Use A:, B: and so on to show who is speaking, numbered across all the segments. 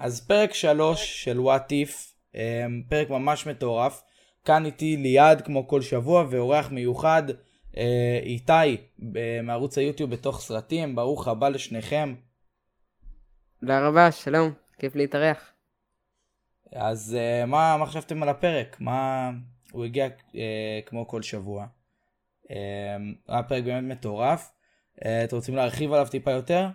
A: אז פרק 3 של What If, פרק ממש מטורף. כאן איתי ליעד כמו כל שבוע ואורח מיוחד איתי מערוץ היוטיוב בתוך סרטים. ברוך הבא לשניכם.
B: תודה רבה, שלום, כיף להתארח.
A: אז מה חשבתם על הפרק? הוא הגיע כמו כל שבוע. היה פרק באמת מטורף. אתם רוצים להרחיב עליו טיפה יותר?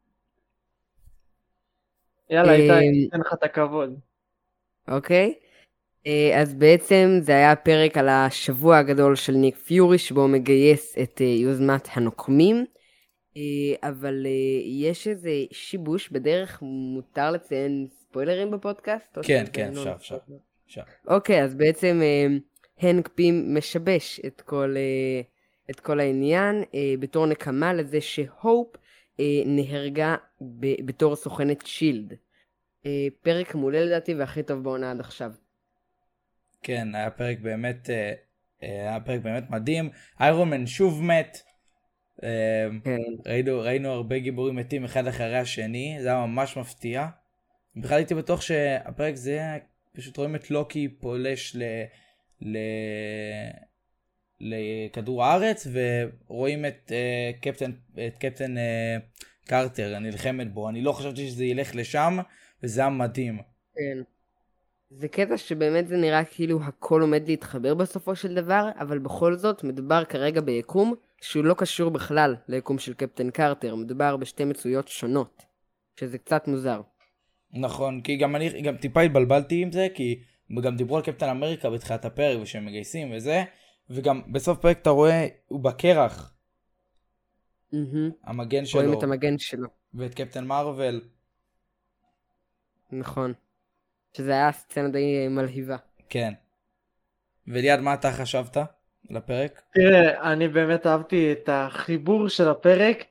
C: יאללה, איתי, אתן לך את הכבוד.
B: אוקיי, אז בעצם זה היה הפרק על השבוע הגדול של ניק פיורי, שבו הוא מגייס את יוזמת הנוקמים, אבל יש איזה שיבוש בדרך. מותר לציין ספוילרים בפודקאסט?
A: כן, אפשר.
B: אוקיי, אז בעצם הנק פים משבש את כל העניין בתור נקמה לזה שהופ נהרגה בתור סוכנת שילד. פרק מעולה לדעתי והכי טוב בעונה עד עכשיו.
A: כן, היה פרק באמת מדהים. איירון מן שוב מת. ראינו הרבה גיבורים מתים אחד אחרי השני, זה היה ממש מפתיע. בכלל הייתי בטוח שהפרק זה פשוט רואים את לוקי פולש לכדור הארץ, ורואים את קפטן קרטר נלחמת בו. אני לא חשבתי שזה ילך לשם, וזה היה מדהים.
B: כן. זה קטע שבאמת זה נראה כאילו הכל עומד להתחבר בסופו של דבר, אבל בכל זאת מדובר כרגע ביקום שהוא לא קשור בכלל ליקום של קפטן קרטר. מדובר בשתי מצויות שונות, שזה קצת מוזר.
A: נכון, כי גם אני טיפה התבלבלתי עם זה, כי גם דיברו על קפטן אמריקה בתחילת הפרק ושהם מגייסים וזה, וגם בסוף פרק אתה רואה הוא בקרח. המגן שלו.
B: רואים את המגן שלו.
A: ואת קפטן מרוול.
B: נכון. שזה היה סצנה די מלהיבה.
A: כן. וליעד, מה אתה חשבת לפרק?
C: תראה, אני באמת אהבתי את החיבור של הפרק.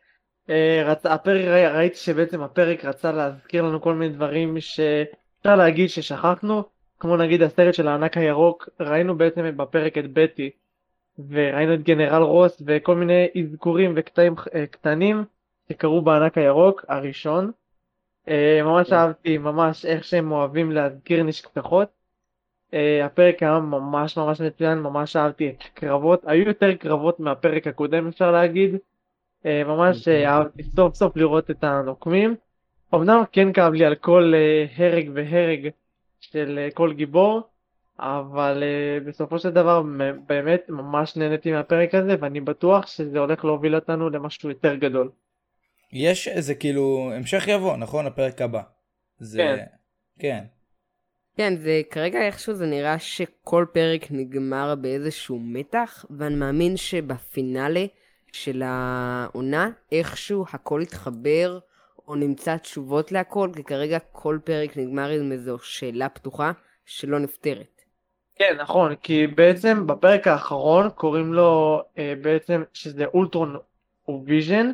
C: ראיתי שבעצם הפרק רצה להזכיר לנו כל מיני דברים שאפשר להגיד ששכחנו, כמו נגיד הסרט של הענק הירוק. ראינו בעצם בפרק את בטי, וראינו את גנרל רוס וכל מיני אזכורים וקטעים קטנים שקרו בענק הירוק הראשון. ממש אהבתי ממש איך שהם אוהבים להזכיר נשכחות. הפרק היה ממש מצוין, ממש אהבתי את קרבות, היו יותר קרבות מהפרק הקודם אפשר להגיד. ממש אהבתי סוף סוף לראות את הנוקמים. אמנם כן כאב לי על כל הרג והרג של כל גיבור, אבל בסופו של דבר באמת ממש נהניתי מהפרק הזה, ואני בטוח שזה הולך להוביל אותנו למשהו יותר גדול.
A: יש איזה כאילו המשך יבוא, נכון? הפרק הבא. כן.
B: כן, זה כרגע איכשהו זה נראה שכל פרק נגמר באיזשהו מתח, ואני מאמין שבפינאלה של העונה איכשהו הכל יתחבר או נמצא תשובות להכל, כי כרגע כל פרק נגמר עם איזו שאלה פתוחה שלא נפתרת.
C: כן, נכון, כי בעצם בפרק האחרון קוראים לו בעצם שזה אולטרון וויז'ן,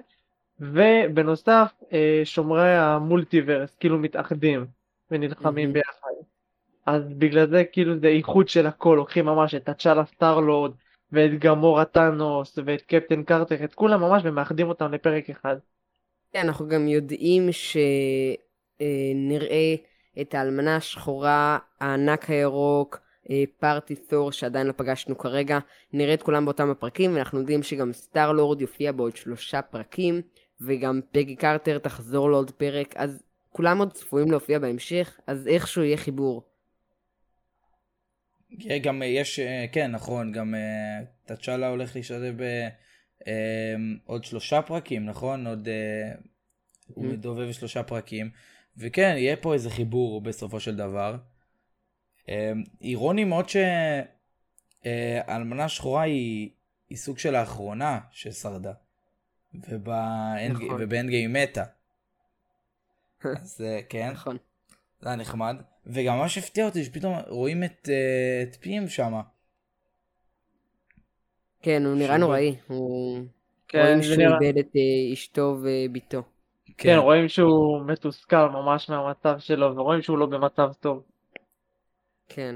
C: ובנוסף שומרי המולטיברס כאילו מתאחדים ונלחמים ביחד. אז בגלל זה כאילו זה איחוד של הכל, לוקחים ממש את הצ'אלה סטארלורד ואת גמורה טאנוס ואת קפטן קרטר, את כולם ממש ומאחדים אותם לפרק אחד.
B: כן, אנחנו גם יודעים שנראה את האלמנה השחורה, הענק הירוק, פארטי תור שעדיין לא פגשנו כרגע, נראה את כולם באותם הפרקים, ואנחנו יודעים שגם סטארלורד יופיע בעוד 3 פרקים, וגם פגי קרטר תחזור לעוד פרק, אז כולם עוד צפויים להופיע בהמשך, אז איכשהו יהיה חיבור.
A: גם יש, כן, נכון, גם תצ'אלה הולך להשתתף בעוד 3 פרקים, נכון? הוא מדובב 3 פרקים, וכן, יהיה פה איזה חיבור בסופו של דבר. אירוני מאוד שהאלמנה השחורה היא סוג של האחרונה ששרדה, ובאנד גיים מתה. אז כן, זה היה נחמד. וגם מה שהפתיע אותי שפתאום רואים את פים שם.
B: כן, הוא נראה נוראי. רואים שהוא איבד את אשתו וביתו.
C: כן, רואים שהוא מתוסכל ממש מהמצב שלו, ורואים שהוא לא במצב טוב.
B: כן.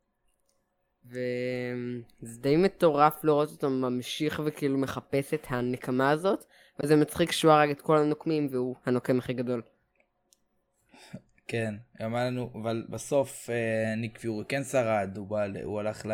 B: וזה די מטורף לראות אותו ממשיך וכאילו מחפש את הנקמה הזאת, וזה מצחיק שהוא הרג את כל הנוקמים והוא הנוקם הכי גדול.
A: כן, גם היה לנו, אבל בסוף ניק פיורי כן שרד, הוא הלך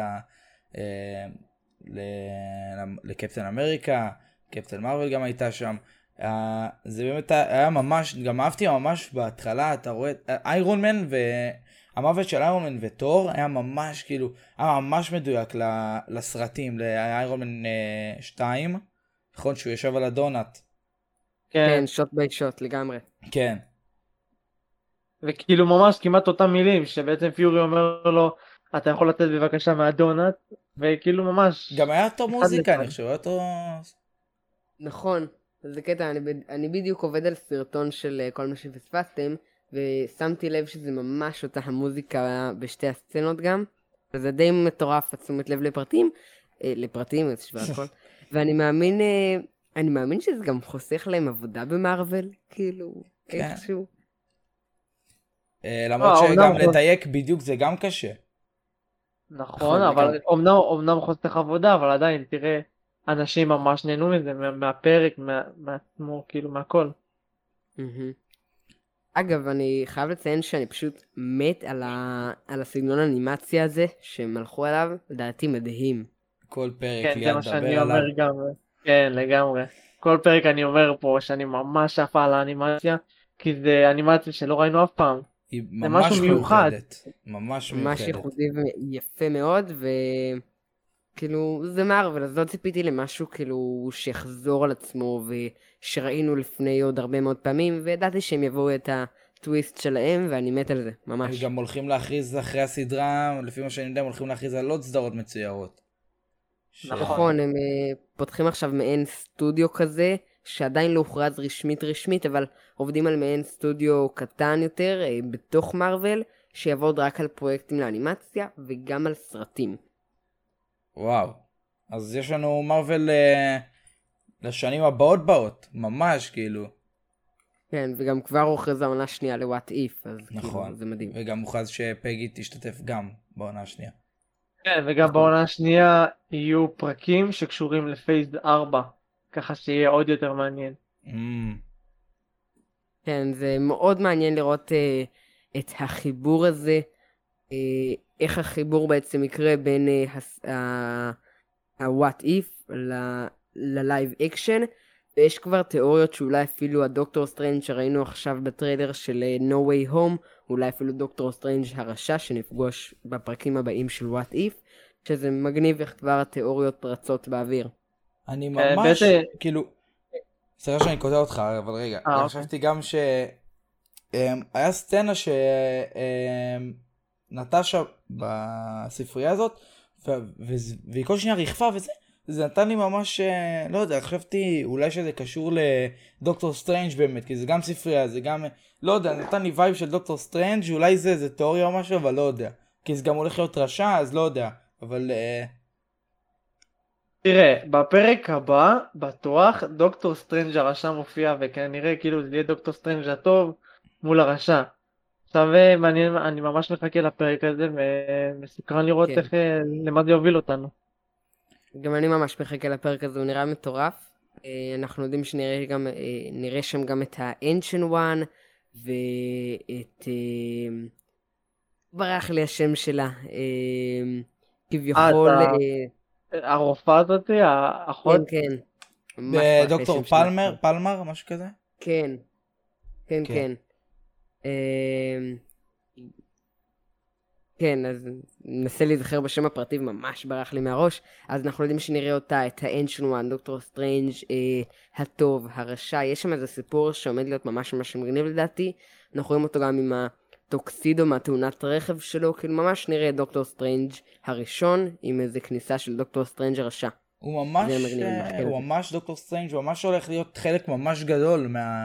A: לקפטן אמריקה, קפטן מרוויל גם הייתה שם. זה באמת היה ממש, גם אהבתי ממש בהתחלה, אתה רואה, איירון מן והמוות של איירון מן וטור היה ממש כאילו, היה ממש מדויק לסרטים, לאיירון מן 2, נכון שהוא ישב על הדונט.
B: כן, שוט ביי שוט לגמרי.
A: כן.
C: וכאילו ממש כמעט אותם מילים, שבעצם פיורי אומר לו, אתה יכול לתת בבקשה מהדונט, וכאילו ממש...
A: גם היה אותו מוזיקה, אני חושב, היה אותו...
B: נכון, זה קטע, אני בדיוק עובד על סרטון של כל מה שפספסתם, ושמתי לב שזה ממש אותה המוזיקה בשתי הסצנות גם, וזה די מטורף, תשומת לב לפרטים, זה שווה הכל, ואני מאמין שזה גם חוסך להם עבודה במרוול, כאילו, איכשהו.
A: למרות שגם לתייק בדיוק זה גם קשה.
C: נכון, אבל אומנם חוסך עבודה, אבל עדיין, תראה, אנשים ממש נהנו מזה, מהפרק, מעצמו, כאילו, מהכל.
B: אגב, אני חייב לציין שאני פשוט מת על הסגנון האנימציה הזה, שהם הלכו עליו, לדעתי מדהים.
A: כל פרק
C: כן,
A: ליד
C: זה מה
A: דבר
C: שאני
A: עליו.
C: אומר גם, כן, לגמרי. כל פרק אני אומר פה שאני ממש עפה על האנימציה, כי זה אנימציה שלא ראינו אף פעם.
A: היא ממש מיוחדת. ממש
B: ממש ייחודי ויפה מאוד, וכאילו זה מרוול, אז לא ציפיתי למשהו כאילו שיחזור על עצמו, ושראינו לפני עוד הרבה מאוד פעמים, וידעתי שהם יבואו את הטוויסט שלהם, ואני מת על זה, ממש.
A: הם גם הולכים להכריז אחרי הסדרה, לפי מה שאני יודע, הם הולכים להכריז על עוד סדרות מצוירות.
B: נכון, הם פותחים עכשיו מעין סטודיו כזה, שעדיין לא הוכרז רשמית, אבל עובדים על מעין סטודיו קטן יותר, בתוך מרוול, שיעבוד רק על פרויקטים לאנימציה, וגם על סרטים.
A: וואו, אז יש לנו מרוול לשנים הבאות, ממש כאילו.
B: כן, וגם כבר הוכרזה עונה שנייה ל-What If, אז
A: נכון,
B: כאילו, זה מדהים.
A: וגם הוכרז שפגי תשתתף גם בעונה השנייה.
C: כן, וגם בעונה השנייה יהיו פרקים שקשורים לפייס 4, ככה שיהיה עוד יותר מעניין.
B: כן, זה מאוד מעניין לראות את החיבור הזה, איך החיבור בעצם יקרה בין ה-What If ל-Live Action, ויש כבר תיאוריות שאולי אפילו הדוקטור סטרנג' שראינו עכשיו בטריילר של No Way Home, אולי אפילו דוקטור סטרנג' הרשע שנפגוש בפרקים הבאים של What If, שזה מגניב איך כבר התיאוריות רצות באוויר.
A: אני ממש, כאילו, סליחה שאני קוטע אותך, אבל רגע, חשבתי גם היה סצנה שנטשה בספרייה הזאת, והיא כל שנייה רכפה וזה, זה נתן לי ממש, לא יודע, חשבתי אולי שזה קשור לדוקטור סטרנג' באמת, כי זה גם ספרייה, זה גם, לא יודע, נתן לי וייב של דוקטור סטרנג', אולי זה תיאוריה או משהו, אבל לא יודע, כי זה גם הולך להיות רשע, אז לא יודע, אבל...
C: תראה, בפרק הבא, בטוח, דוקטור סטרנג' הרשע מופיע, וכנראה כאילו זה יהיה דוקטור סטרנג' הטוב מול הרשע. עכשיו מעניין, אני ממש מחכה לפרק הזה, ומסקרן לראות איך, למה זה יוביל אותנו.
B: גם אני ממש מחכה לפרק הזה, הוא נראה מטורף. אנחנו יודעים נראה שם גם את ה-Ancient One, ואת... ברח לי השם שלה. כביכול...
C: הרופאה הזאת, האחות?
B: כן.
A: דוקטור פלמר, משהו כזה?
B: כן. כן, אז ננסה להיזכר בשם הפרטי, ממש ברח לי מהראש. אז אנחנו יודעים שנראה אותה, את ה-Ancient One, דוקטור סטרנג' הטוב, הרשע. יש שם איזה סיפור שעומד להיות ממש ממש מגניב לדעתי. אנחנו רואים אותו גם עם הטוקסידו מהתאונת רכב שלו, כאילו ממש נראה דוקטור סטרנג' הראשון, עם איזה כניסה של דוקטור סטרנג' הרשע.
A: הוא ממש דוקטור סטרנג', הוא ממש הולך להיות חלק ממש גדול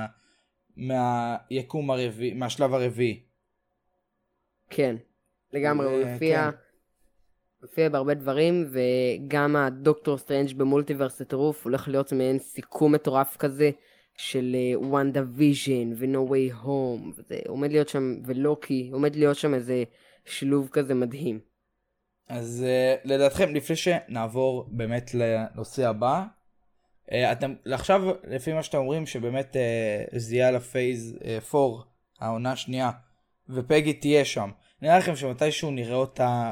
A: מהיקום הרביעי, מהשלב הרביעי.
B: כן. לגמרי, הוא הופיע בהרבה דברים, וגם הדוקטור סטרנג' במולטיברס הטירוף הולך להיות מעין סיכום מטורף כזה של וונדה ויז'ן ו-No Way Home, וזה עומד להיות שם, ולוקי, עומד להיות שם איזה שילוב כזה מדהים.
A: אז לדעתכם, לפני שנעבור באמת לנושא הבא, אתם עכשיו, לפי מה שאתם אומרים, שבאמת זה יהיה לפייז 4, העונה השנייה, ופגי תהיה שם. נראה לכם שמתישהו נראה אותה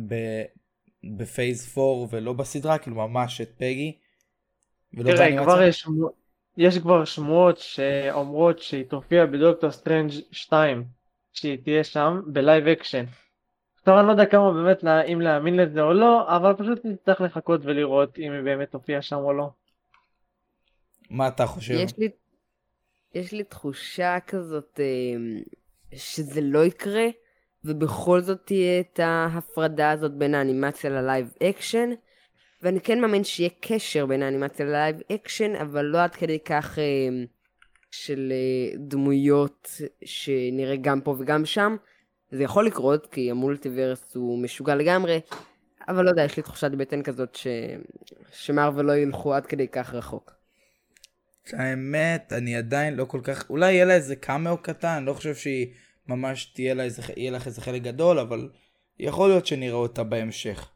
A: בפייס 4 ולא בסדרה, כאילו ממש את פגי, ולא
C: תראה,
A: באנימציה?
C: יש כבר שמועות שאומרות שהיא תופיע בדוקטור סטרנג' 2, שהיא תהיה שם בלייב אקשן. עכשיו אני לא יודע כמה באמת, אם להאמין לזה או לא, אבל פשוט נצטרך לחכות ולראות אם היא באמת תופיע שם או לא.
A: מה אתה חושב?
B: יש לי תחושה כזאת שזה לא יקרה, ובכל זאת תהיה את ההפרדה הזאת בין האנימציה ללייב אקשן, ואני כן מאמין שיהיה קשר בין האנימציה ללייב אקשן, אבל לא עד כדי כך של דמויות שנראה גם פה וגם שם. זה יכול לקרות, כי המולטיברס הוא משוגע לגמרי, אבל לא יודע, יש לי תחושת בטן כזאת שמרוול לא ילכו עד כדי כך רחוק.
A: האמת, אני עדיין לא כל כך, אולי יהיה לה איזה קאמאו קטן, לא חושב שהיא ממש יהיה לך איזה חלק גדול, אבל יכול להיות שנראה אותה בהמשך.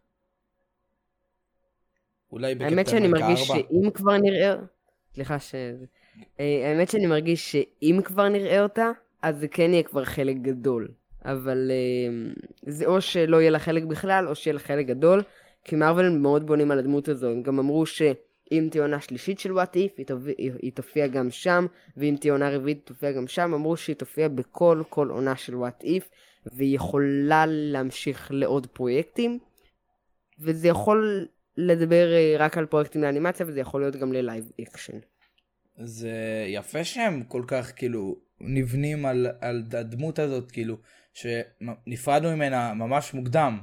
A: אולי
B: האמת שאני מרגיש שאם כבר נראה, סליחה האמת שאני מרגיש שאם כבר נראה אותה, אז זה כן יהיה כבר חלק גדול. אבל זה או שלא יהיה לה חלק בכלל, או שיהיה לה חלק גדול, כי מרוול מאוד בונים על הדמות הזו. הם גם אמרו שאם תהיה עונה שלישית של What If, היא תופיע גם שם, ואם תהיה עונה רביעית, היא תופיע גם שם. אמרו שהיא תופיע בכל עונה של What If, והיא יכולה להמשיך לעוד פרויקטים, וזה יכול לדבר רק על פרויקטים לאנימציה, וזה יכול להיות גם ללייב אקשן.
A: זה יפה שהם כל כך כאילו נבנים על הדמות הזאת, כאילו שנפרדנו ממנה ממש מוקדם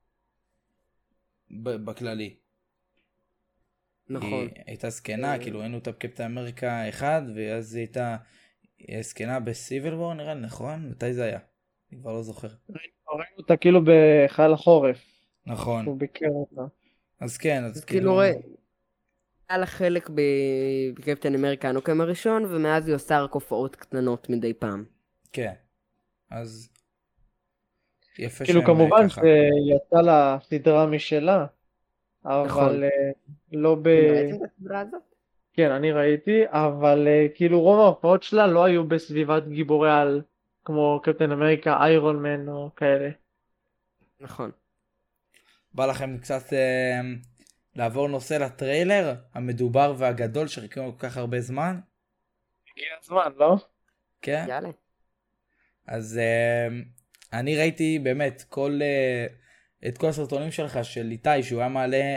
A: בכללי.
B: נכון.
A: היא הייתה סקנה, כאילו היינו אותה בקפטן אמריקה 1, ואז היא הייתה סקנה בסיביל וור, נראה לי, נכון? מתי זה היה? אני כבר לא זוכר.
C: ראינו אותה כאילו בחייל החורף.
A: נכון.
C: הוא ביקר אותה.
A: אז כן, אז
B: כאילו היה לה חלק בקפטן אמריקה הנוקם הראשון, ומאז היא עושה רק הופעות קטנות מדי פעם.
A: כן. אז יפה
C: כאילו
A: שהם
C: כמובן
A: ככה.
C: שיצא לה סדרה משלה, אבל לא ב...
B: ראיתם את הסדרה הזאת?
C: כן, אני ראיתי, אבל כאילו רוב ההופעות שלה לא היו בסביבת גיבורי על, כמו קפטן אמריקה, איירון מן או כאלה.
B: נכון.
A: בא לכם קצת לעבור נושא לטריילר המדובר והגדול שחיכינו כל כך הרבה זמן?
C: הגיע הזמן, לא?
A: כן?
B: יאללה.
A: אז אני ראיתי באמת את כל הסרטונים שלך של איתי, שהוא היה מעלה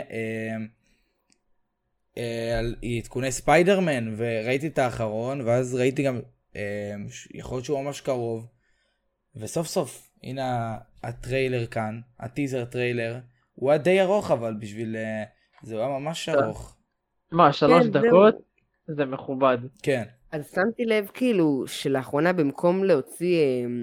A: על עדכוני ספיידרמן, וראיתי את האחרון, ואז ראיתי גם, יכול להיות שהוא ממש קרוב, וסוף סוף, הנה הטריילר כאן, הטיזר טריילר, הוא היה די ארוך, אבל בשביל, זה היה ממש ארוך.
C: מה, 3 דקות? זה מכובד.
A: כן.
B: אז שמתי לב כאילו שלאחרונה במקום להוציא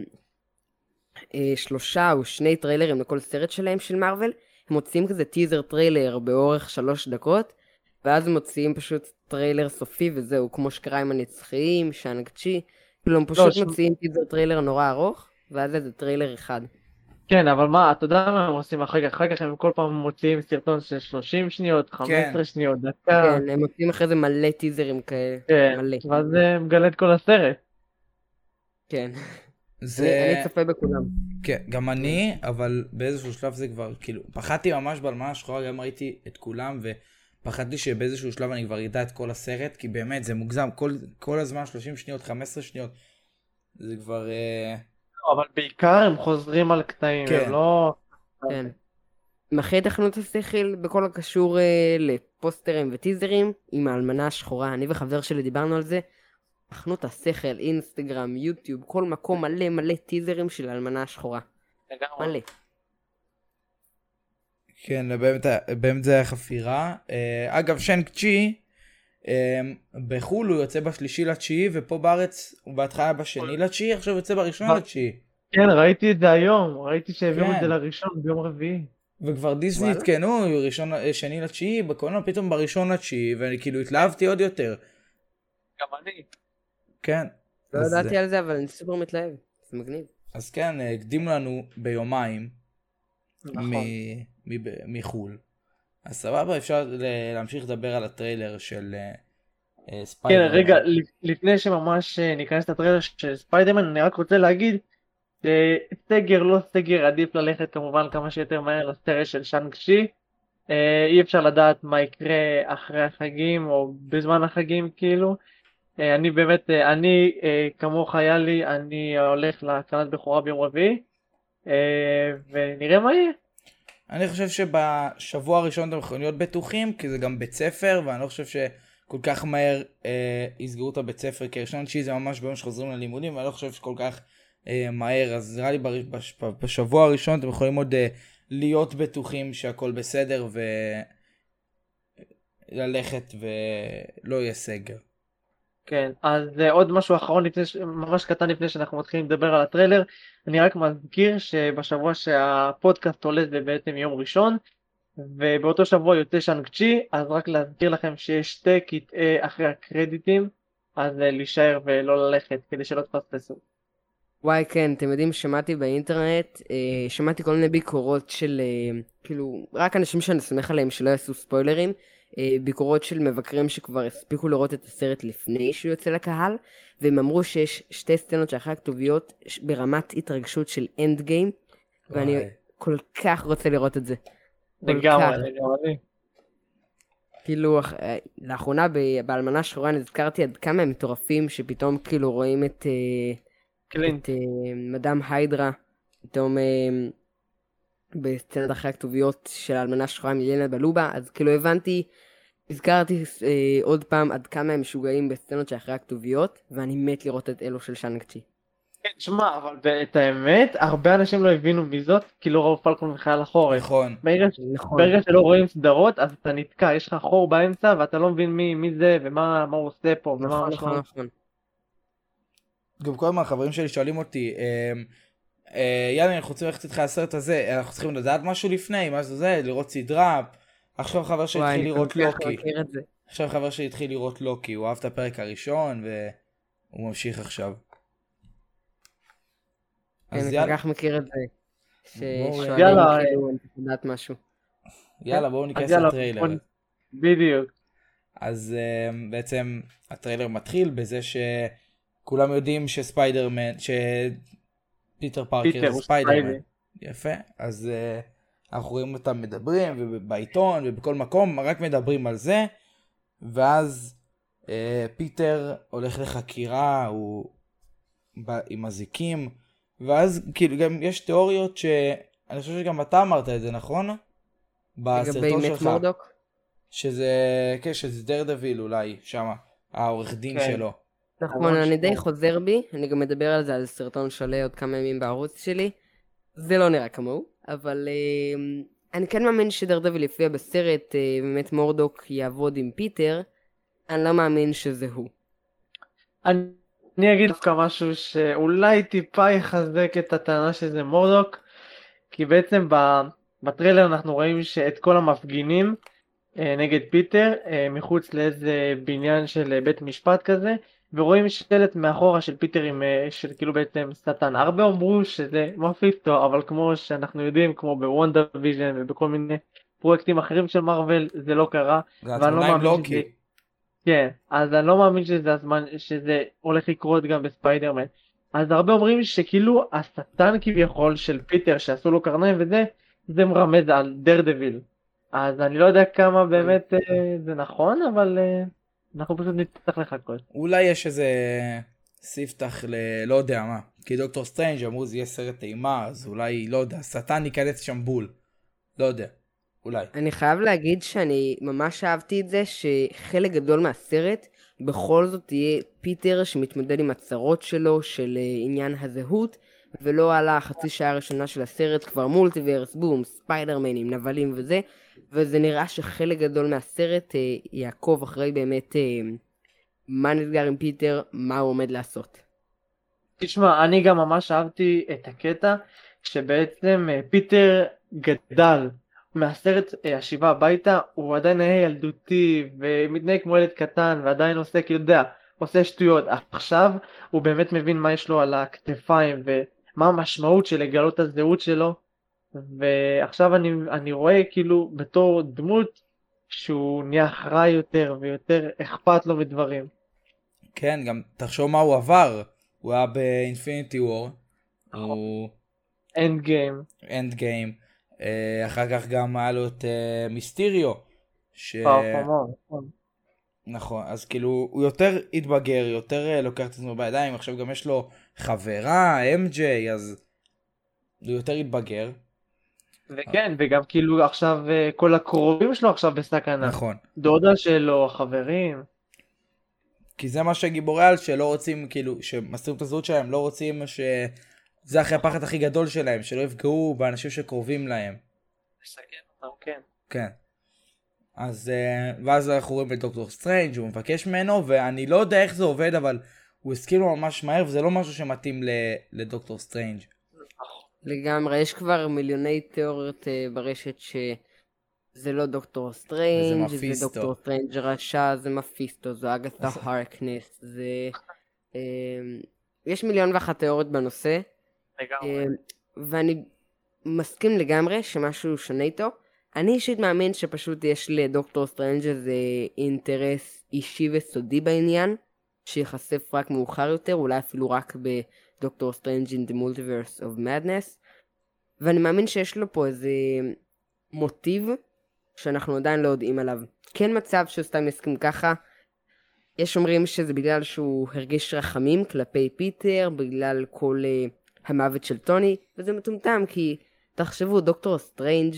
B: 3 או 2 טריילרים לכל סרט שלהם של מרוול, הם מוציאים כזה טיזר טריילר באורך 3 דקות, ואז הם מוציאים פשוט טריילר סופי וזהו, כמו שקרה עם הנצחיים, שאנג צ'י, כאילו הם פשוט מוציאים טיזר טריילר נורא ארוך, ואז זה טריילר אחד.
C: כן, אבל מה, אתה יודע מה הם עושים אחר כך? אחר כך הם כל פעם מוציאים סרטון של 30 שניות, 15 שניות, דקה.
B: כן, הם מוציאים אחרי זה מלא טיזרים כאלה.
C: כן,
B: מלא.
C: ואז זה מגלה את כל הסרט.
B: כן.
A: זה...
B: אני צופה בכולם.
A: כן, גם אני, אבל באיזשהו שלב זה כבר, כאילו, פחדתי ממש באלמנה השחורה, גם ראיתי את כולם, ופחדתי שבאיזשהו שלב אני כבר ידע את כל הסרט, כי באמת זה מוגזם, כל הזמן 30 שניות, 15 שניות, זה כבר...
C: אבל בעיקר הם חוזרים על קטעים,
A: כן.
C: הם לא...
B: כן. אחרי תחנות השכל בכל הקשור לפוסטרים וטיזרים, עם האלמנה השחורה, אני וחבר שלי דיברנו על זה, תחנות השכל, אינסטגרם, יוטיוב, כל מקום מלא מלא טיזרים של האלמנה השחורה. מלא. כן,
A: באמת זה היה חפירה. אגב, שאנג צ'י, בחול הוא יוצא ב3.9, ופה בארץ הוא בהתחלה ב2.9, עכשיו יוצא ב1.9.
C: כן, ראיתי את זה היום, ראיתי שהביאו את זה לראשון ביום רביעי.
A: וכבר דיסני התקנו, 2.9, בקולנוע פתאום ב1.9, ואני כאילו התלהבתי עוד יותר.
C: גם אני.
A: כן.
B: לא ידעתי על זה, אבל אני סופר מתלהב, זה מגניב.
A: אז כן, הקדימו לנו ביומיים
C: נכון.
A: מחול. אז סבבה, אפשר להמשיך לדבר על הטריילר של
C: כן,
A: ספיידרמן.
C: רגע, לפני שממש ניכנס לטריילר של ספיידרמן, אני רק רוצה להגיד שסגר לא סגר, עדיף ללכת כמובן כמה שיותר מהר לסרט של שאנג צ'י. אי אפשר לדעת מה יקרה אחרי החגים או בזמן החגים כאילו. אני באמת, כמוך היה לי, אני הולך להקרנת בכורה ביום רביעי, ונראה מה יהיה.
A: אני חושב שבשבוע הראשון אתם יכולים להיות בטוחים, כי זה גם בית ספר, ואני לא חושב שכל כך מהר יסגרו את הבית ספר, כי ראשון תשיעי זה ממש ביום שחוזרים ללימודים, ואני לא חושב שכל כך מהר, אז נראה לי בשבוע הראשון אתם יכולים עוד להיות בטוחים שהכל בסדר, וללכת ולא יהיה סגר.
C: כן, אז עוד משהו אחרון, ממש קטן לפני שאנחנו מתחילים לדבר על הטריילר, אני רק מזכיר שבשבוע שהפודקאסט עולה זה בעצם יום ראשון, ובאותו שבוע יוצא שאנג צ'י, אז רק להזכיר לכם שיש שתי קטעי אחרי הקרדיטים, אז להישאר ולא ללכת כדי שלא תפספסו.
B: וואי, כן, אתם יודעים, שמעתי באינטרנט, שמעתי כל מיני ביקורות של, כאילו, רק אנשים שאני סומך עליהם שלא יעשו ספוילרים, ביקורות של מבקרים שכבר הספיקו לראות את הסרט לפני שהוא יוצא לקהל, והם אמרו שיש שתי סצנות שאחרי הכתוביות ברמת התרגשות של אנד גיים, ואני כל כך רוצה לראות את זה.
C: לגמרי.
B: כאילו, לאחרונה באלמנה שחורה נזכרתי עד כמה הם מטורפים, שפתאום כאילו רואים את מדאם היידרה, פתאום בסצנת אחרי הכתוביות של האלמנה שחורה עם ילנה בלובה, אז כאילו הזכרתי עוד פעם עד כמה הם משוגעים בסצנות שאחרי הכתוביות, ואני מת לראות את אלו של שאנג צ'י.
C: כן, שמע, אבל את האמת, הרבה אנשים לא הבינו מי זאת, כי לא ראו פלקון וחייל החורף.
A: נכון.
C: ברגע שלא רואים סדרות, אז אתה נתקע, יש לך חור באמצע, ואתה לא מבין מי זה, ומה הוא עושה פה, ומה
B: נכון.
A: גם כל הזמן חברים שלי שואלים אותי, יאללה, אנחנו רוצים ללכת איתך לסרט הזה, אנחנו צריכים לדעת משהו לפני, מה זה, לראות סדרה. עכשיו חבר שלי התחיל לראות לוקי. הוא אהב את הפרק הראשון, והוא ממשיך עכשיו.
B: אני כל כך מכיר את זה.
C: יאללה,
B: לדעת משהו.
A: יאללה, בואו ניכנס לטריילר.
C: בדיוק.
A: אז בעצם הטריילר מתחיל בזה שכולם יודעים שספיידרמן, שפיטר פארקר זה ספיידרמן. יפה, אז אנחנו רואים אותם מדברים, ובעיתון ובכל מקום, רק מדברים על זה, ואז פיטר הולך לחקירה, הוא עם הזיקים, ואז כאילו גם יש תיאוריות שאני חושב שגם אתה אמרת את זה, נכון? בסרטון שלך. שזה, כן, שזה דרדוויל אולי, שמה, העורך דין שלו.
B: נכון, אני די חוזר בי, אני גם מדבר על זה, על סרטון שעולה עוד כמה ימים בערוץ שלי. זה לא נראה כמוהו, אבל אני כן מאמין שדרדוויל יופיע בסרט, באמת מורדוק יעבוד עם פיטר, אני לא מאמין שזה הוא.
C: אני אגיד דווקא משהו שאולי טיפה יחזק את הטענה שזה מורדוק, כי בעצם בטריילר אנחנו רואים שאת כל המפגינים נגד פיטר מחוץ לאיזה בניין של בית משפט כזה, ורואים שלט מאחורה של פיטר עם של כאילו בעצם שטן. הרבה אמרו שזה מפיסטו, אבל כמו שאנחנו יודעים, כמו בוונדר ויז'ן ובכל מיני פרויקטים אחרים של מארוול, זה לא קרה.
A: זה התמונה עם לוקי.
C: כן, אז אני לא מאמין שזה הזמן, שזה הולך לקרות גם בספיידרמן. אז הרבה אומרים שכאילו השטן כביכול של פיטר שעשו לו קרניים וזה, זה מרמז על דרדוויל. אז אני לא יודע כמה באמת זה נכון, אבל אנחנו פשוט נצטרך לחכות.
A: אולי יש איזה ספתח לא יודע מה, כי דוקטור סטרנג' אמרו זה יהיה סרט אימה, אז אולי, לא יודע, שטן ייכנס שם בול. לא יודע. אולי.
B: אני חייב להגיד שאני ממש אהבתי את זה שחלק גדול מהסרט בכל זאת תהיה פיטר שמתמודד עם הצרות שלו של עניין הזהות, ולא על החצי שעה הראשונה של הסרט כבר מולטיברס, בום, ספיידרמנים, נבלים וזה, וזה נראה שחלק גדול מהסרט יעקוב אחרי באמת מה נסגר עם פיטר, מה הוא עומד לעשות.
C: תשמע, אני גם ממש אהבתי את הקטע שבעצם פיטר גדל מהסרט השיבה הביתה, הוא עדיין היה ילדותי ומתנהג כמו ילד קטן ועדיין עושה, כי יודע, עושה שטויות. עכשיו הוא באמת מבין מה יש לו על הכתפיים ומה המשמעות של לגלות הזהות שלו, ועכשיו אני רואה כאילו בתור דמות שהוא נהיה אחראי יותר ויותר אכפת לו מדברים.
A: כן, גם תחשוב מה הוא עבר. הוא היה באינפיניטי וור, הוא
C: אנד גיים.
A: אנד גיים. אחר כך גם היה לו את מיסטיריו. נכון, אז כאילו הוא יותר התבגר, יותר לוקח את עצמו בידיים, עכשיו גם יש לו חברה, MJ, אז הוא יותר התבגר.
C: וכן, וגם כאילו עכשיו כל הקרובים שלו עכשיו בסכנה.
A: נכון.
C: דודה שלו, חברים.
A: כי זה מה שגיבורי על שלא רוצים, כאילו, שמסתירים את הזהות שלהם, לא רוצים זה אחרי הפחד הכי גדול שלהם, שלא יפגעו באנשים שקרובים להם.
C: מסכן אותם, כן.
A: כן. אז, ואז אנחנו רואים את דוקטור סטרנג', הוא מבקש ממנו, ואני לא יודע איך זה עובד, אבל הוא הסכים לו ממש מהר, וזה לא משהו שמתאים לדוקטור סטרנג'.
B: לגמרי, יש כבר מיליוני תיאוריות ברשת שזה לא דוקטור סטרנג', זה דוקטור סטרנג' רשע, זה מפיסטו, זו אגתה הרקנס, זה... יש 1,000,001 תיאוריות בנושא, ואני מסכים לגמרי שמשהו שונה איתו. אני אישית מאמין שפשוט יש לדוקטור סטרנג' איזה אינטרס אישי וסודי בעניין, שיחשף רק מאוחר יותר, אולי אפילו רק בדוקטור סטרנג' in the multiverse of madness, ואני מאמין שיש לו פה איזה מוטיב שאנחנו עדיין לא יודעים עליו. כן מצב שהוא סתם יסכים ככה, יש אומרים שזה בגלל שהוא הרגיש רחמים כלפי פיטר, בגלל כל המוות של טוני, וזה מטומטם כי תחשבו, דוקטור סטרנג'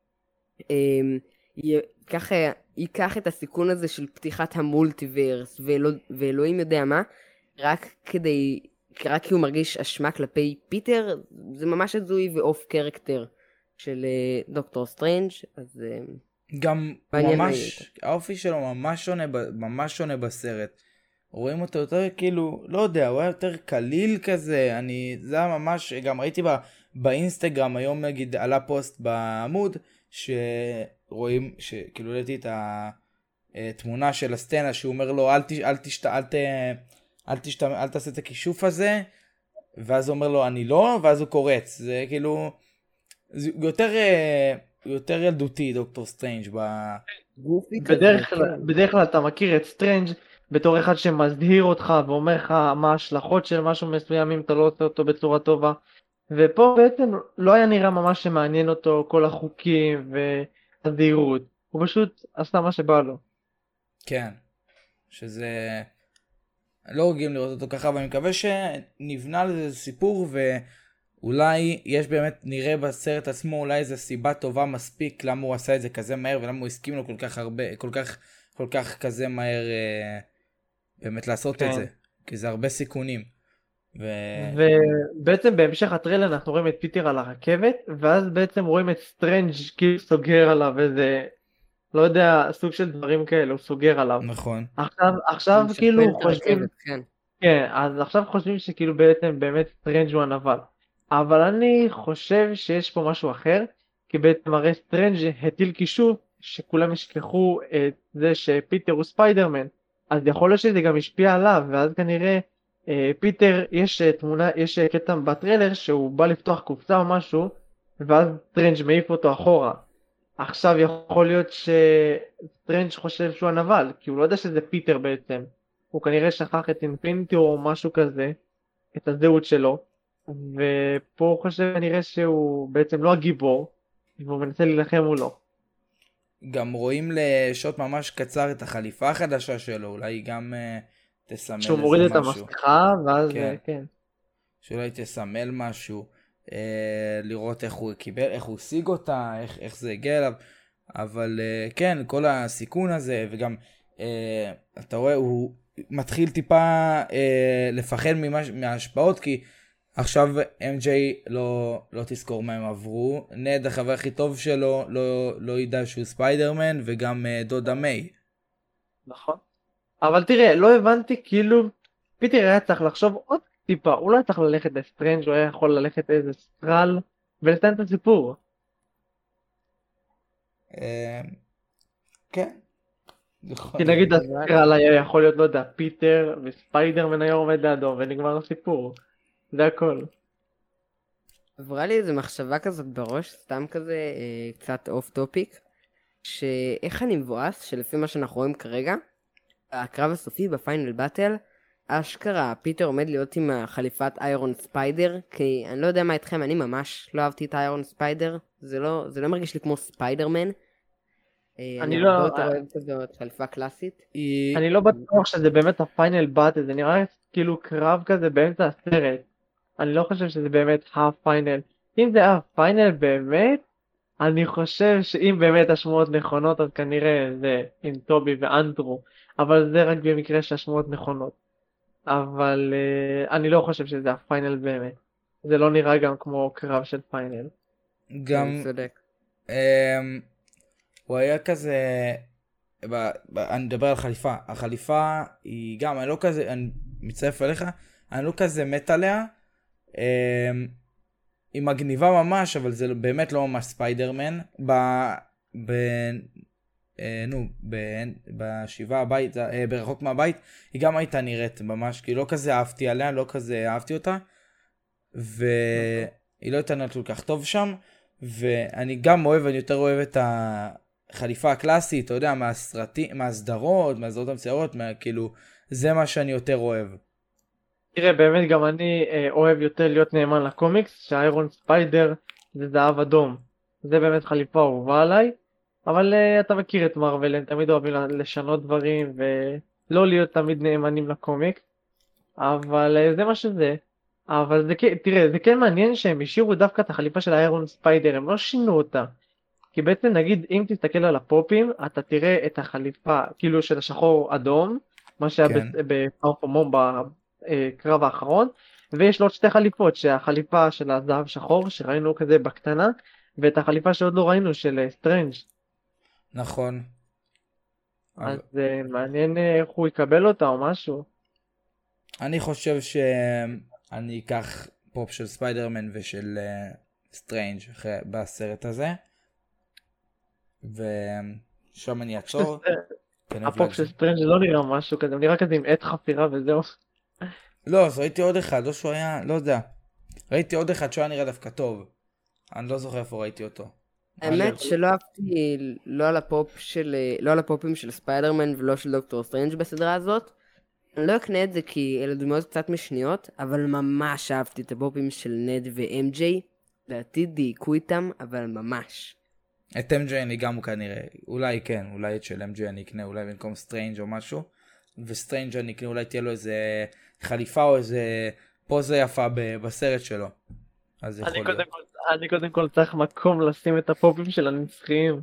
B: ככה ייקח את הסיכון הזה של פתיחת המולטיברס ואלוהים יודע מה, רק כי הוא מרגיש אשמה כלפי פיטר, זה ממש הזוי ואוף קרקטר של דוקטור סטרנג'. אז
A: גם ממש, האופי שלו ממש שונה בסרט. רואים אותו יותר כאילו, לא יודע, הוא היה יותר קליל כזה, זה היה ממש, גם ראיתי באינסטגרם היום נגיד עלה פוסט בעמוד, שרואים, שכאילו ראיתי את התמונה של הסצנה, שהוא אומר לו, אל תעשה את הכישוף הזה, ואז הוא אומר לו, אני לא, ואז הוא קורץ, זה כאילו, זה יותר ילדותי, דוקטור סטרנג'
C: בדרך כלל אתה מכיר את סטרנג' בתור אחד שמזהיר אותך ואומר לך מה ההשלכות של משהו מסוים אם אתה לא עושה אותו בצורה טובה, ופה בעצם לא היה נראה ממש שמעניין אותו כל החוקים והזהירות, הוא פשוט עשה מה שבא לו.
A: כן, שזה לא רגילים לראות אותו ככה, ואני מקווה שנבנה לזה סיפור, ואולי יש באמת, נראה בסרט עצמו אולי איזו סיבה טובה מספיק למה הוא עשה את זה כזה מהר, ולמה הוא הסכים לו כל כך הרבה, כל כך כזה מהר באמת לעשות את זה, כי זה הרבה סיכונים.
C: ובעצם בהמשך הטריילר אנחנו רואים את פיטר על הרכבת, ואז בעצם רואים את סטרנג' כאילו סוגר עליו איזה, לא יודע, סוג של דברים כאלה, הוא סוגר עליו.
A: נכון.
C: עכשיו כאילו חושבים, כן, אז עכשיו חושבים שכאילו בעצם באמת סטרנג' הוא הנבל. אבל אני חושב שיש פה משהו אחר, כי בעצם הרי סטרנג' הטיל קישור שכולם ישכחו את זה שפיטר הוא ספיידרמן, אז יכול להיות שזה גם השפיע עליו, ואז כנראה פיטר, יש קטע בטריילר שהוא בא לפתוח קופסה או משהו, ואז סטרנג' מעיף אותו אחורה. עכשיו יכול להיות שסטרנג' חושב שהוא הנבל, כי הוא לא יודע שזה פיטר בעצם. הוא כנראה שכח את אינפיניטי או משהו כזה, את הזהות שלו, ופה הוא חושב כנראה שהוא בעצם לא הגיבור, והוא מנסה להילחם מולו.
A: גם רואים לשוט ממש קצר את החליפה החדשה שלו, אולי היא גם תסמל איזה משהו.
C: שהוא מוריד את המסכה, ואז כן.
A: שאולי תסמל משהו, לראות איך הוא קיבל, איך הוא השיג אותה, איך זה הגיע אליו, אבל כן, כל הסיכון הזה, וגם אתה רואה, הוא מתחיל טיפה לפחד מההשפעות, כי עכשיו MJ לא תזכור מה הם עברו, נד החבר הכי טוב שלו לא ידע שהוא ספיידרמן, וגם דודה מיי.
C: נכון. אבל תראה, לא הבנתי, כאילו פיטר היה צריך לחשוב עוד טיפה, הוא לא היה צריך ללכת לסטרנג', הוא היה יכול ללכת איזה סטרל ולסיים את הסיפור.
A: כן.
C: כי נגיד הסטרל היה יכול להיות, לא יודע, פיטר וספיידרמן היה עומד לידו ונגמר הסיפור. זה הכל.
B: עברה לי איזו מחשבה כזאת בראש, סתם כזה, קצת אוף טופיק, שאיך אני מבואס, שלפי מה שאנחנו רואים כרגע, הקרב הסופי בפיינל באטל, אשכרה, פיטר עומד להיות עם החליפת איירון ספיידר, כי אני לא יודע מה איתכם, אני ממש לא אהבתי את האיירון ספיידר, זה לא מרגיש לי כמו ספיידרמן. אני
C: לא,
B: הרבה יותר אוהב כזאת חליפה קלאסית.
C: אני לא בטוח שזה באמת הפיינל באטל, זה נראה כאילו קרב כזה באמצע הסרט. אני לא חושב שזה באמת הפיינל. אם זה הפיינל באמת, אני חושב שאם באמת השמועות נכונות, אז כנראה זה עם טובי ואנדרו, אבל זה רק במקרה שהשמועות נכונות. אבל אני לא חושב שזה הפיינל באמת. זה לא נראה גם כמו קרב של פיינל.
A: גם
B: צודק.
A: הוא היה כזה, אני מדבר על חליפה, החליפה היא גם, אני לא כזה, אני מצטרף אליך, אני לא כזה מת עליה, היא מגניבה ממש, אבל זה באמת לא ממש ספיידרמן, בשבעה הבית, ברחוק מהבית, היא גם הייתה נראית ממש, כי לא כזה אהבתי עליה, לא כזה אהבתי אותה, והיא לא הייתה נראית כל כך טוב שם, ואני גם אוהב, אני יותר אוהב את החליפה הקלאסית, אתה יודע, מהסדרות, מהסדרות המצוירות, כאילו, זה מה שאני יותר אוהב.
C: תראה, באמת גם אני אוהב יותר להיות נאמן לקומיקס, שהאיירון ספיידר זה זהב אדום. זה באמת חליפה אהובה עליי, אבל אתה מכיר את מארוול, הם תמיד אוהבים לשנות דברים ולא להיות תמיד נאמנים לקומיק, אבל זה מה שזה. אבל תראה, זה כן מעניין שהם השאירו דווקא את החליפה של האיירון ספיידר, הם לא שינו אותה. כי בעצם נגיד, אם תסתכל על הפופים, אתה תראה את החליפה, כאילו של השחור אדום, מה שהיה
A: כן.
C: בפאורפומום בקרב האחרון, ויש לו עוד שתי חליפות, שהחליפה של הזהב שחור, שראינו כזה בקטנה, ואת החליפה שעוד לא ראינו, של סטרנג'.
A: נכון.
C: אז מעניין איך הוא יקבל אותה או משהו.
A: אני חושב שאני אקח פופ של ספיידרמן ושל סטרנג' בסרט הזה, ושם אני אעצור.
C: הפופ של סטרנג' לא נראה משהו כזה, נראה כזה עם עת חפירה וזהו.
A: לא, אז ראיתי עוד אחד, לא שהוא היה, לא יודע. ראיתי עוד אחד שהוא היה נראה דווקא טוב. אני לא זוכר איפה ראיתי אותו.
B: האמת שלא אהבתי לא על הפופים של ספיידרמן ולא של דוקטור סטרנג' בסדרה הזאת. אני לא אקנה את זה כי אלה דמויות קצת משניות, אבל ממש אהבתי את הפופים של נד ו-MJ. לעתיד דייקו איתם, אבל ממש.
A: את MJ אני גם כנראה, אולי כן, אולי את של MJ אני אקנה, אולי במקום סטרנג' או משהו. וסטרנג' אני אקנה, אולי תהיה לו איזה חליפה או איזה פוזה יפה בסרט שלו. אז יכול להיות.
C: אני קודם כל צריך מקום לשים את הפופים של הנצחיים.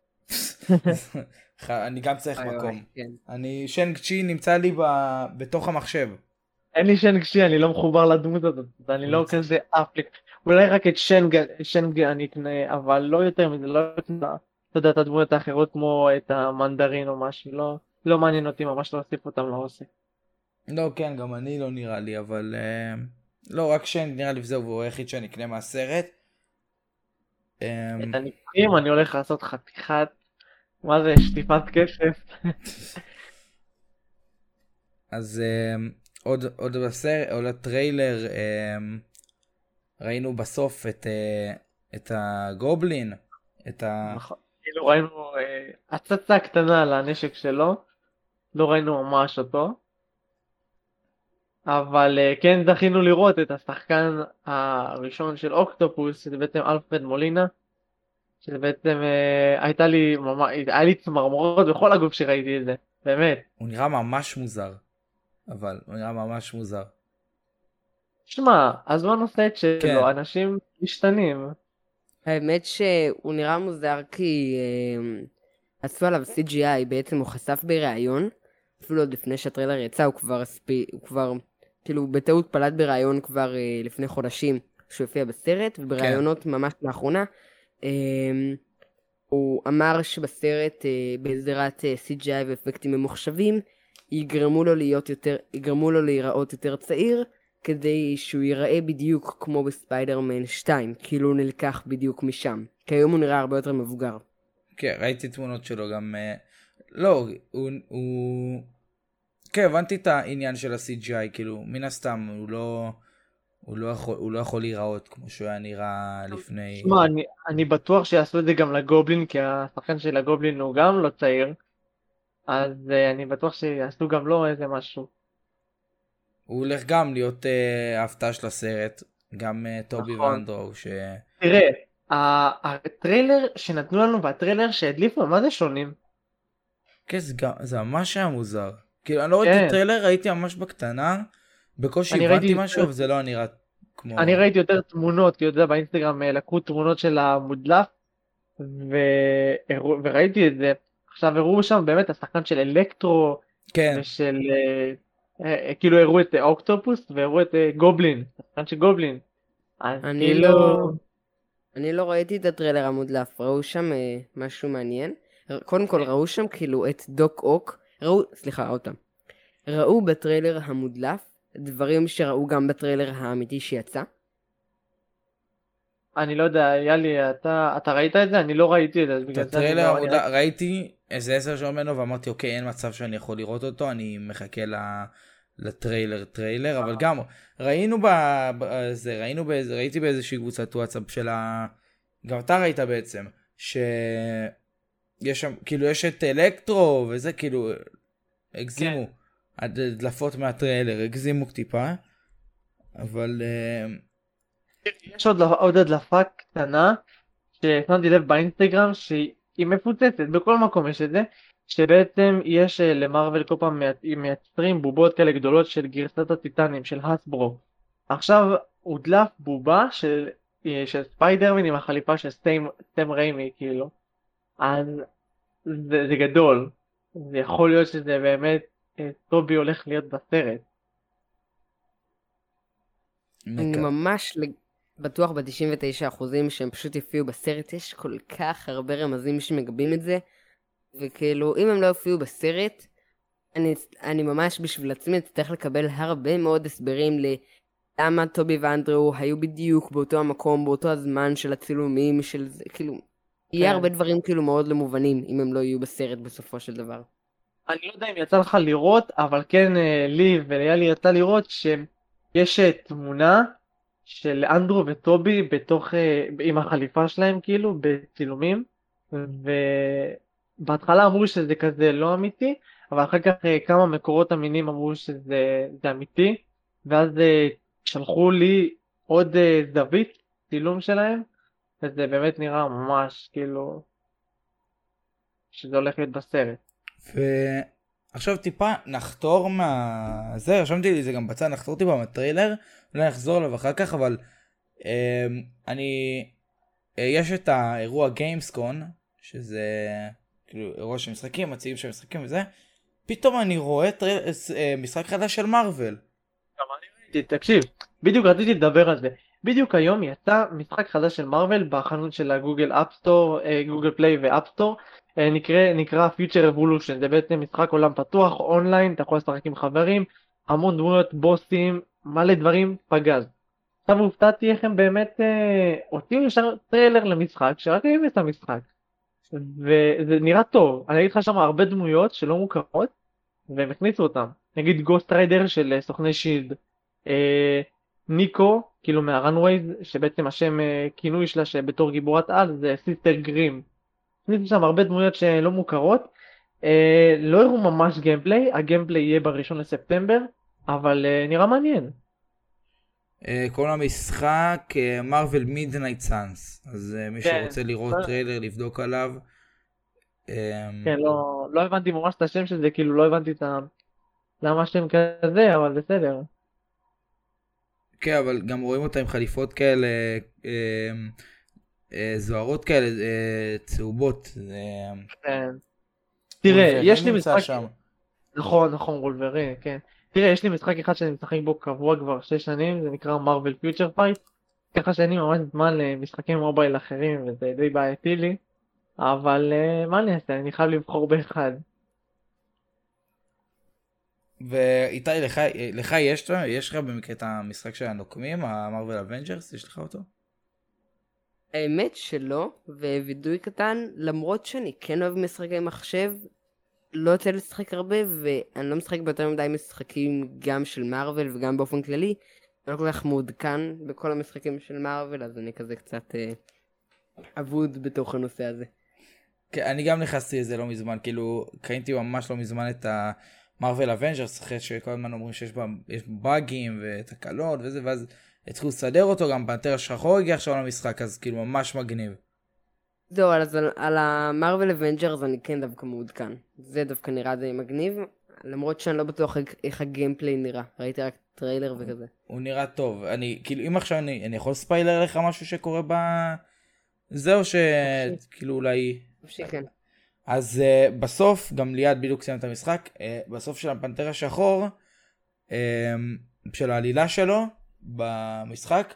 A: אני גם צריך מקום.
B: כן.
C: שנג
A: צ'י נמצא לי בתוך המחשב.
C: אין לי שנג צ'י, אני לא מחובר לדמות הזאת, אני לא כזה אפליק. אולי רק את שנג אני אקנה, אבל לא יותר מזה, לא אקנה, אתה יודע, את הדמויות האחרות כמו את המנדרין או משהו, לא מעניין אותי ממש להוסיף אותם לאוסף.
A: לא, כן, גם אני לא נראה לי, אבל לא, רק שנג נראה לי וזהו, והוא היחיד שאני אקנה מהסרט.
C: את הנקרים אני הולך לעשות חתיכת, מה זה, שטיפת כסף.
A: אז עוד בסרט, עוד הטריילר, ראינו בסוף את הגובלין,
C: כאילו ראינו הצצה קטנה על הנשק שלו, לא ראינו ממש אותו, אבל כן זכינו לראות את השחקן הראשון של אוקטופוס, שזה בעצם אלפרד מולינה, שזה בעצם היה לי צמרמורות בכל הגוף שראיתי את זה, באמת.
A: הוא נראה ממש מוזר,
C: שמע, אז לא נושא את שלו,
A: כן.
C: אנשים משתנים.
B: האמת שהוא נראה מוזר כי עשו עליו CGI, בעצם הוא חשף בראיון, אפילו עוד לפני שהטריילר יצא, הוא כבר כאילו בטעות פלט בראיון כבר לפני חודשים שהוא הופיע בסרט, ובראיונות ממש לאחרונה, הוא אמר שבסרט בהסדרת CGI ואפקטים ממוחשבים, יגרמו לו להיראות יותר צעיר, כדי שהוא ייראה בדיוק כמו בספיידרמן 2, כאילו הוא נלקח בדיוק משם. כי היום הוא נראה הרבה יותר מבוגר.
A: כן, ראיתי תמונות שלו גם, לא, כן, הבנתי את העניין של ה-CGI, כאילו, מן הסתם, הוא לא יכול להיראות כמו שהוא היה נראה לפני.
C: שמע, אני בטוח שיעשו את זה גם לגובלין, כי השחקן של הגובלין הוא גם לא צעיר, אז אני בטוח שיעשו גם לו איזה משהו.
A: הוא הולך גם להיות ההפתעה של הסרט, גם טובי
C: נכון.
A: ואנדרו,
C: תראה, הטריילר שנתנו לנו והטריילר שהדליפו, מה זה שונים?
A: כן, זה ממש היה מוזר. כאילו, אני לא ראיתי
C: כן.
A: טריילר, ראיתי ממש בקטנה, בקושי
C: אני
A: הבנתי
C: ראיתי-
A: משהו, אבל זה לא נראה כמו...
C: אני ראיתי יותר תמונות, כי יודע, באינסטגרם לקחו תמונות של המודלף, וראיתי את זה. עכשיו הראו שם באמת השחקן של אלקטרו,
A: כן,
C: ושל... כאילו הראו את אוקטופוס, והראו את גובלין, השחקן של גובלין. אז
B: אני
C: כאילו...
B: לא... אני לא ראיתי את הטריילר המודלף, ראו שם משהו מעניין. קודם כל ראו שם כאילו את דוק אוק, סליחה, עוד פעם. ראו בטריילר המודלף דברים שראו גם בטריילר האמיתי שיצא.
C: אני לא יודע, יאלי, אתה ראית את זה? אני לא ראיתי את זה, אז
A: את
C: בגלל זה אני
A: הטריילר
C: לא...
A: ראיתי איזה 10 שעות ממנו, ואמרתי, אוקיי, אין מצב שאני יכול לראות אותו, אני מחכה לטריילר, אבל גם ראינו ראיתי באיזושהי קבוצת וואטסאפ גם אתה ראית בעצם, שיש שם, כאילו יש את אלקטרו, וזה כאילו, הגזימו, הדלפות מהטריילר, הגזימו טיפה, אבל...
C: יש עוד הדלפה קטנה ששמתי לב באינסטגרם שהיא מפוצצת, בכל מקום יש את זה, שבעצם יש למרוול כל פעם מייצרים בובות כאלה גדולות של גרסת הטיטנים של הסברו. עכשיו הודלף בובה של ספיידרמן עם החליפה של סטם ריימי כאילו. אז זה גדול, זה יכול להיות שזה באמת טובי הולך להיות בסרט.
B: אני ממש בטוח ב-99% שהם פשוט יופיעו בסרט. יש כל כך הרבה רמזים שמגבים את זה, וכאילו אם הם לא יופיעו בסרט, אני ממש בשביל עצמי אצטרך לקבל הרבה מאוד הסברים למה טובי ואנדרו היו בדיוק באותו המקום, באותו הזמן של הצילומים, של זה, כאילו, יהיה הרבה דברים כאילו מאוד לא מובנים אם הם לא יהיו בסרט בסופו של דבר.
C: אני לא יודע אם יצא לך לראות, אבל כן לי וליאלי יצא לראות שיש תמונה של אנדרו וטובי בתוך, עם החליפה שלהם כאילו, בצילומים, ובהתחלה אמרו שזה כזה לא אמיתי, אבל אחר כך כמה מקורות אמינים אמרו שזה אמיתי, ואז שלחו לי עוד זווית צילום שלהם, וזה באמת נראה ממש כאילו שזה הולך להיות בסרט.
A: ועכשיו טיפה נחתור זה, רשמתי לי זה גם בצד, נחתור טיפה מהטריילר, אולי נחזור אליו אחר כך, אבל יש את האירוע גיימסקון, שזה כאילו אירוע של משחקים, מציעים של משחקים וזה, פתאום אני רואה משחק חדש של מארוול.
C: תקשיב, בדיוק רציתי לדבר על זה. בדיוק היום יצא משחק חדש של מארוול בחנות של הגוגל אפסטור, גוגל פליי ואפסטור, נקרא Future Evolution. זה בעצם משחק עולם פתוח, אונליין, אתה יכול לשחק עם חברים, המון דמויות, בוסים, מלא דברים, פגז. עכשיו הופתעתי איך הם באמת הוציאו ישר טריילר למשחק, שרק הם את המשחק. וזה נראה טוב, אני אגיד לך שם הרבה דמויות שלא מוכרות, והם הכניסו אותם. נגיד גוסט ריידר של סוכני שילד, ניקו, כאילו מהרנווייז, שבעצם השם כינוי שלה שבתור גיבורת על זה סיסטר גרים. הכניסו שם הרבה דמויות שלא מוכרות, לא הראו ממש גיימפליי, הגיימפליי יהיה ב1 לספטמבר, אבל נראה מעניין.
A: כל המשחק מארוול מידנייט סאנס, אז מי שרוצה לראות טריילר, לבדוק עליו.
C: כן, לא הבנתי ממש את השם של זה, כאילו לא הבנתי למה השם כזה, אבל בסדר.
A: כן, אבל גם רואים אותה עם חליפות כאלה, זוהרות כאלה, צהובות.
C: כן. תראה, יש לי משחק...
A: שם.
C: נכון, וולברין, כן. תראה, יש לי משחק אחד שאני משחק בו קבוע כבר 6 שנים, זה נקרא מרוול פיוטר פייט. ככה שאני ממש זמן למשחקים מובייל אחרים, וזה די בעייתי לי. אבל מה אני אעשה? אני חייב לבחור באחד.
A: ואיתי, לך יש לך במקרה את המשחק של הנוקמים, המרוול אבנג'רס, יש לך אותו?
B: האמת שלא, ווידוי קטן, למרות שאני כן אוהב משחקי מחשב, לא יוצא לשחק הרבה, ואני לא משחק ביותר מדי משחקים גם של מארוול וגם באופן כללי, אני לא כל כך מעודכן בכל המשחקים של מארוול, אז אני כזה קצת אבוד בתוך הנושא הזה.
A: כן, אני גם נכנסתי לזה לא מזמן, כאילו קיימתי ממש לא מזמן את מרוול אבנג'רס, אחרי שכל הזמן אומרים שיש באגים ותקלות וזה, ואז התחילו לסדר אותו, גם פנתר השחור הגיע עכשיו למשחק, אז כאילו ממש מגניב.
B: זהו, אז על המרוול אבנג'רס אני כן דווקא מעודכן. זה דווקא נראה די מגניב, למרות שאני לא בטוח איך הגיימפליי נראה. ראיתי רק טריילר וכזה.
A: הוא נראה טוב. כאילו, אם עכשיו אני יכול ספיילר לך משהו שקורה זהו שכאילו אולי...
B: כן.
A: אז בסוף, גם ליד בדיוק סיים את המשחק, בסוף של הפנתר השחור, של העלילה שלו במשחק,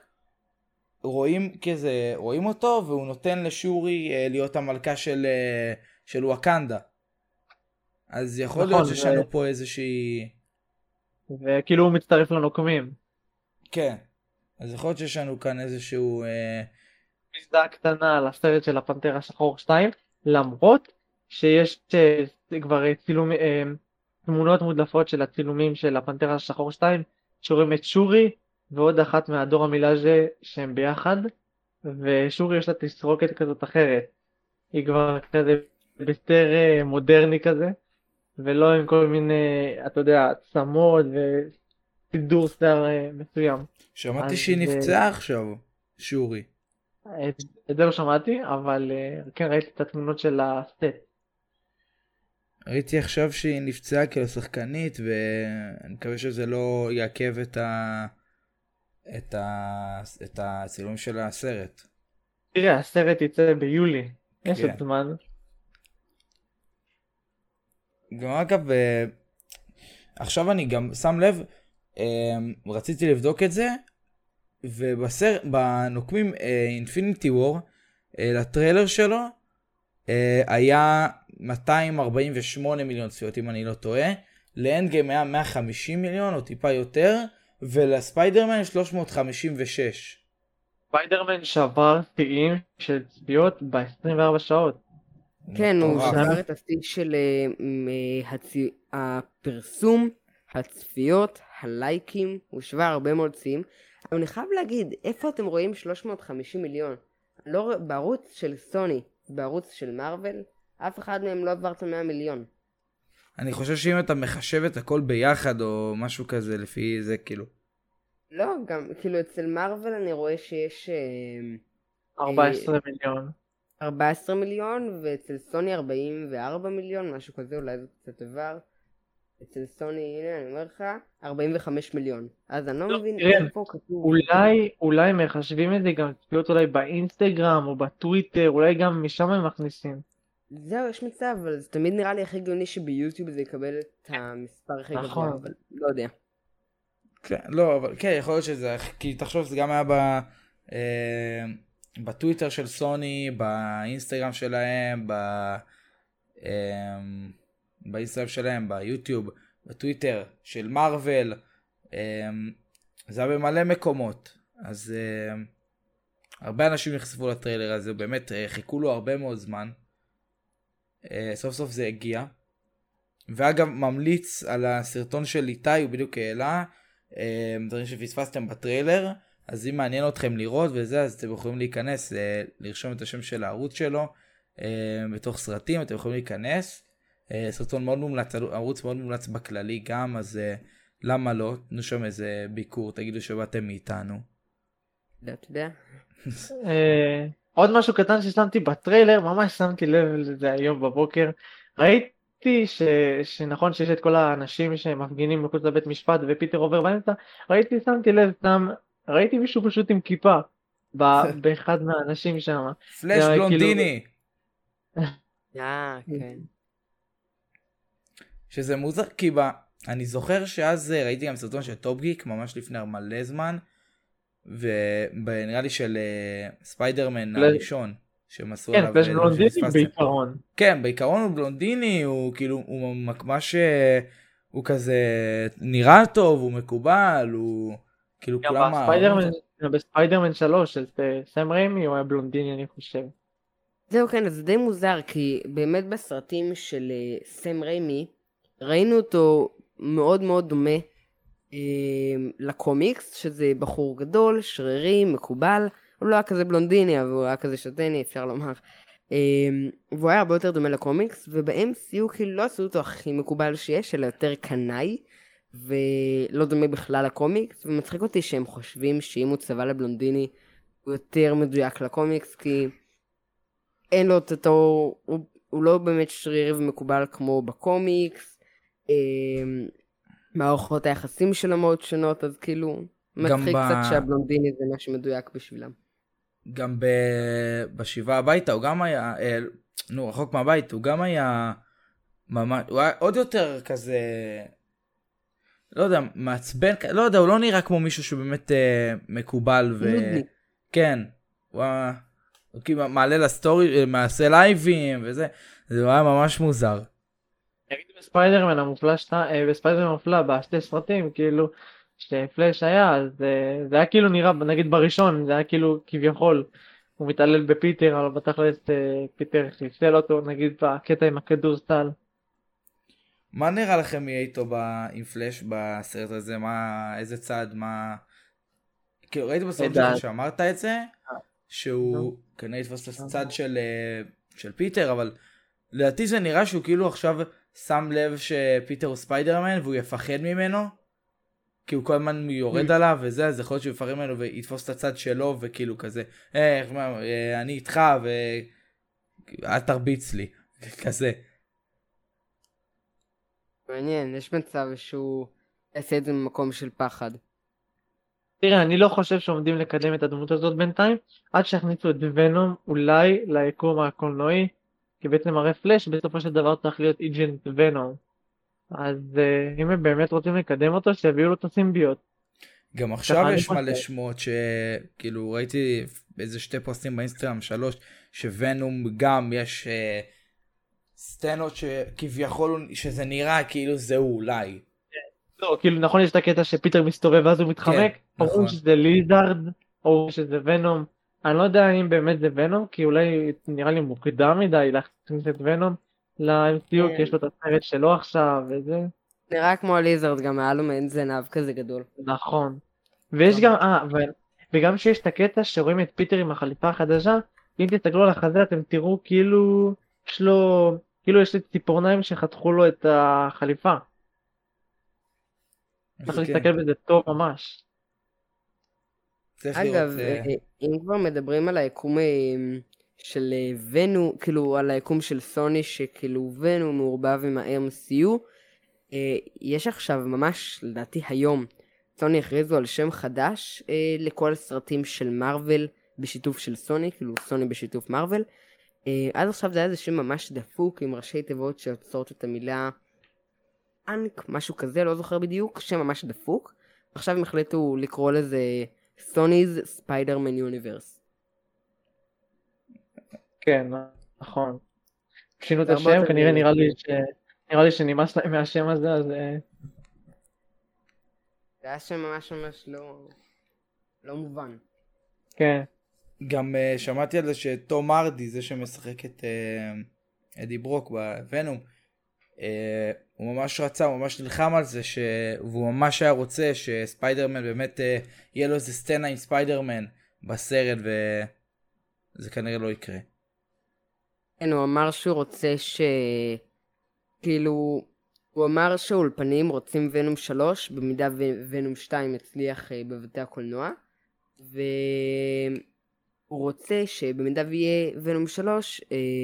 A: רואים אותו והוא נותן לשורי להיות המלכה של וואקנדה. אז יכול להיות ששנו פה איזושהי...
C: וכאילו הוא מצטרף לנוקמים.
A: כן. אז יכול להיות ששנו כאן איזשהו...
C: מזדה קטנה על הסרט של הפנתר השחור 2, למרות שיש כבר תמונות מודלפות של הצילומים של הפנתר השחור 2, שרואים את שורי ועוד אחת מהדור המילאז'ה שהם ביחד, ושורי יש לה תסרוקת כזאת אחרת. היא כבר כזה בסטר מודרני כזה, ולא עם כל מיני, אתה יודע, צמות וסידור סטר מסוים.
A: שמעתי שהיא נפצעה עכשיו, שורי.
C: את זה לא שמעתי, אבל כן ראיתי את התמונות של הסט.
A: ראיתי עכשיו שהיא נפצעה כאילו שחקנית, ואני מקווה שזה לא יעכב את הצילום של הסרט.
C: תראה, הסרט יצא ביולי, יש עוד זמן.
A: גם אגב, עכשיו אני גם שם לב, רציתי לבדוק את זה, בנוקמים אינפיניטי וור, לטריילר שלו, היה 248 מיליון צפיות אם אני לא טועה, לאנד גיים היה 150 מיליון או טיפה יותר, ולספיידרמן 356.
C: ספיידרמן שבר שיאים של צפיות ב-24 שעות.
B: כן, הוא שבר את השיא של הפרסום, הצפיות, הלייקים, הוא שבר הרבה מאוד שיאים. אבל אני חייב להגיד, איפה אתם רואים 350 מיליון? לא בערוץ של סוני, בערוץ של מארוול, אף אחד מהם לא עבר את 100 מיליון.
A: אני חושב שאם אתה מחשב את הכל ביחד או משהו כזה לפי זה כאילו.
B: לא, גם כאילו אצל מארוול אני רואה שיש
C: 14 מיליון.
B: 14 מיליון, ואצל סוני 44 מיליון, משהו כזה, אולי זה קצת עבר. אצל סוני, הנה אני אומר לך, 45 מיליון. אז אני לא מבין איפה כתוב.
C: אולי מחשבים את זה גם צפיות אולי באינסטגרם או בטוויטר, אולי גם משם הם מכניסים.
B: זהו, יש מצב, אבל זה תמיד נראה לי הכי גאוני שביוטיוב זה יקבל את המספר הכי גבוה, אבל לא יודע.
A: כן, לא, אבל כן, יכול להיות שזה, כי תחשוב שזה גם היה בטוויטר של סוני, באינסטגרם שלהם, באינסטגרם שלהם, ביוטיוב, בטוויטר של מארוול, זה היה במלא מקומות, אז הרבה אנשים נחשפו לטריילר הזה, באמת חיכו לו הרבה מאוד זמן, סוף סוף זה הגיע, ואגב ממליץ על הסרטון של איתי, הוא בדיוק העלה, דברים שפספסתם בטריילר, אז אם מעניין אתכם לראות וזה, אז אתם יכולים להיכנס, לרשום את השם של הערוץ שלו, בתוך סרטים, אתם יכולים להיכנס, סרטון מאוד מומלץ, ערוץ מאוד מומלץ בכללי גם, אז למה לא? תנו שם איזה ביקור, תגידו שבאתם מאיתנו.
B: אתה יודע.
C: עוד משהו קטן ששמתי בטריילר, ממש שמתי לב לזה היום בבוקר, ראיתי שנכון שיש את כל האנשים שמפגינים מחוץ לבית משפט ופיטר עובר באמצע, שמתי לב סתם, ראיתי מישהו פשוט עם כיפה באחד מהאנשים שם.
A: פלאש בלונדיני.
B: כן.
A: שזה מוזר, כי אני זוכר שאז ראיתי גם סרטון של טופ גיק ממש לפני מלא זמן, ונראה לי של ספיידרמן הראשון שהם עשו עליו.
C: כן, פלאש בלונדיני בעיקרון.
A: כן, בעיקרון הוא בלונדיני, הוא כאילו, הוא ממש, הוא כזה נראה טוב, הוא מקובל, הוא כאילו כולם...
C: בספיידרמן 3 של סם ריימי הוא היה בלונדיני אני חושב.
B: זהו כן, אז זה די מוזר, כי באמת בסרטים של סם ריימי, ראינו אותו מאוד מאוד דומה לקומיקס, שזה בחור גדול, שרירי, מקובל, הוא לא היה כזה בלונדיני, אבל הוא היה כזה שטני, אפשר לומר. והוא היה הרבה יותר דומה לקומיקס, וב-MCU כאילו לא עשו אותו הכי מקובל שיש, אלא יותר קנאי, ולא דומה בכלל לקומיקס, ומצחיק אותי שהם חושבים שאם הוא צבע לבלונדיני, הוא יותר מדויק לקומיקס, כי אין לו את אותו, הוא לא באמת שרירי ומקובל כמו בקומיקס, מערכות היחסים שלו מאוד שונות, אז כאילו מצחיק קצת שהבלונדיני זה מה שמדויק בשבילם.
A: גם בשבעה הביתה הוא גם היה, רחוק מהבית, הוא גם היה ממש, הוא היה עוד יותר כזה, לא יודע, מעצבן, לא יודע, הוא לא נראה כמו מישהו שבאמת מקובל כן, הוא כאילו מעלה לסטורי, מעשה לייבים וזה, זה היה ממש מוזר.
C: נגיד בספיידרמן המופלא בשתי סרטים, כאילו, שפלאש היה, אז זה היה כאילו נראה, נגיד בראשון, זה היה כאילו כביכול, הוא מתעלל בפיטר, אבל בתכלס פיטר חיסל אותו, נגיד בקטע עם הכדור סל.
A: מה נראה לכם יהיה איתו עם פלאש בסרט הזה? איזה צעד, כאילו ראיתי בסרט שלך שאמרת את זה, שהוא כנראה יתפוס את הצד של פיטר, אבל לדעתי זה נראה שהוא כאילו עכשיו שם לב שפיטר הוא ספיידרמן והוא יפחד ממנו, כי הוא כל הזמן יורד עליו וזה, אז יכול להיות שהוא יפחד ממנו ויתפוס את הצד שלו וכאילו כזה, אני איתך ואל תרביץ לי, כזה.
B: מעניין, יש מצב שהוא יעשה את זה ממקום של פחד.
C: תראה, אני לא חושב שעומדים לקדם את הדמות הזאת בינתיים, עד שהכניסו את ונום אולי ליקום הקולנועי, כי בעצם הרי פלאש בסופו של דבר צריך להיות איג'נט ונום. אז אם הם באמת רוצים לקדם אותו, שיביאו לו את הסימביות.
A: גם עכשיו יש מלא שמות שכאילו ראיתי באיזה 2 פוסטים באינסטגרם 3, שוונום גם יש סצנות שכביכול שזה נראה כאילו זהו אולי.
C: לא, כאילו נכון יש את הקטע שפיטר מסתובב ואז הוא מתחמק, או שזה ליזארד, או שזה ונום. אני לא יודע אם באמת זה ונום, כי אולי נראה לי מוקדם מדי להכניס את ונום ל-MCU, כי יש לו את הסרט שלו עכשיו וזה.
B: נראה כמו ליזארד, גם היה לו מעין זנב כזה גדול.
C: נכון. ויש גם, וגם שיש את הקטע שרואים את פיטר עם החליפה החדשה, אם תסתכלו על החזה אתם תראו כאילו יש לו, כאילו יש לי ציפורניים שחתכו לו את החליפה. צריך להסתכל בזה טוב ממש.
B: אגב, אם כבר מדברים על היקום של ונו, כאילו על היקום של סוני, שכאילו ונו מעורבב עם ה-MCU, יש עכשיו ממש, לדעתי היום, סוני הכריזו על שם חדש לכל הסרטים של מרוול בשיתוף של סוני, כאילו סוני בשיתוף מרוול. עד עכשיו זה היה איזה שם ממש דפוק עם ראשי תיבות שיוצרות את המילה אנק, משהו כזה, לא זוכר בדיוק, שם ממש דפוק. עכשיו הם החליטו לקרוא לזה סוני's ספיידרמן יוניברס.
C: כן, נכון. שינו את השם, כנראה נראה לי שנמאס להם מהשם הזה, אז
B: זה היה שם ממש לא מובן.
C: כן.
A: גם שמעתי על זה שתום הרדי, זה שמשחק את אדי ברוק בוונום, הוא ממש רצה, הוא ממש נלחם על זה, והוא ממש היה רוצה שספיידרמן באמת יהיה לו איזה סצנה עם ספיידרמן בסרט, וזה כנראה לא יקרה.
B: כן, הוא אמר שהוא רוצה כאילו, הוא אמר שהאולפנים רוצים ונום 3, במידה ונום 2 הצליח בבתי הקולנוע, והוא רוצה שבמידה ויהיה ונום 3,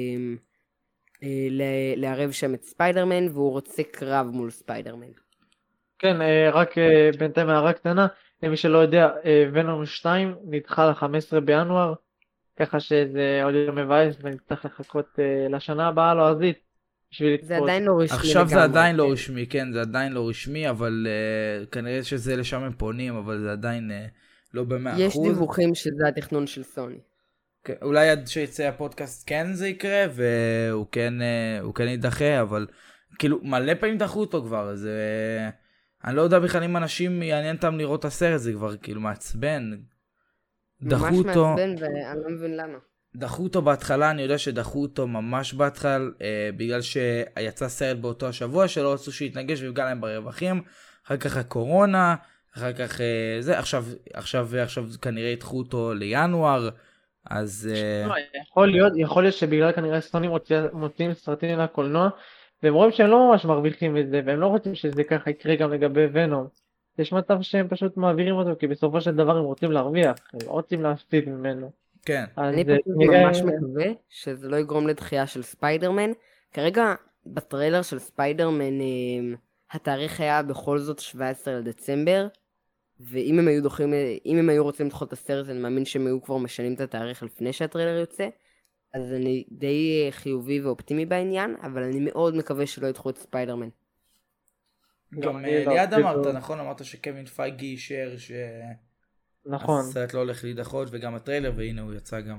B: לערב שם את ספיידרמן, והוא רוצה קרב מול ספיידרמן.
C: כן, רק בינתיים הערה קטנה, למי שלא יודע, ונום 2 נדחה ל-15 בינואר, ככה שזה עוד יותר מבאס ונצטרך לחכות לשנה הבאה לועזית.
B: זה עדיין לא רשמי.
A: עכשיו זה עדיין לא רשמי, כן, זה עדיין לא רשמי, אבל כנראה שזה לשם הם פונים, אבל זה עדיין לא ב-100%.
B: יש דיווחים שזה התכנון של סוני.
A: אולי עד שיצא הפודקאסט כן זה יקרה, והוא כן יידחה, אבל כאילו מלא פעמים דחו אותו כבר, אז אני לא יודע בכלל אם אנשים יעניין אותם לראות את הסרט, זה כבר כאילו מעצבן.
B: ממש מעצבן ואני לא מבין למה.
A: דחו אותו בהתחלה, אני יודע שדחו אותו ממש בהתחלה, בגלל שיצא סרט באותו השבוע שלא רצו שיתנגש ויפגע להם ברווחים, אחר כך הקורונה, אחר כך זה, עכשיו כנראה ידחו אותו לינואר, אז
C: יכול להיות שבגלל כנראה סטונים מוציאים סרטים לקולנוע, והם רואים שהם לא ממש מרוויחים את זה, והם לא רוצים שזה ככה יקרה גם לגבי ונום. יש מצב שהם פשוט מעבירים אותו, כי בסופו של דבר הם רוצים להרוויח, הם לא רוצים להפסיד ממנו.
A: כן.
C: אז
B: אני פשוט
C: נראה...
B: ממש מקווה שזה לא יגרום לדחייה של ספיידרמן. כרגע בטריילר של ספיידרמן התאריך היה בכל זאת 17 לדצמבר, ואם הם היו דוחים, אם הם היו רוצים לדחות את הסרט, אני מאמין שהם היו כבר משנים את התאריך לפני שהטריילר יוצא. אז אני די חיובי ואופטימי בעניין, אבל אני מאוד מקווה שלא ידחו את ספיידרמן.
A: גם
C: אני לא,
A: ליד אמרת,
C: כאילו-
A: נכון? אמרת שקווין פייגי אישר
C: נכון.
A: שהסרט לא הולך להידחות, וגם הטריילר, והנה הוא יצא גם.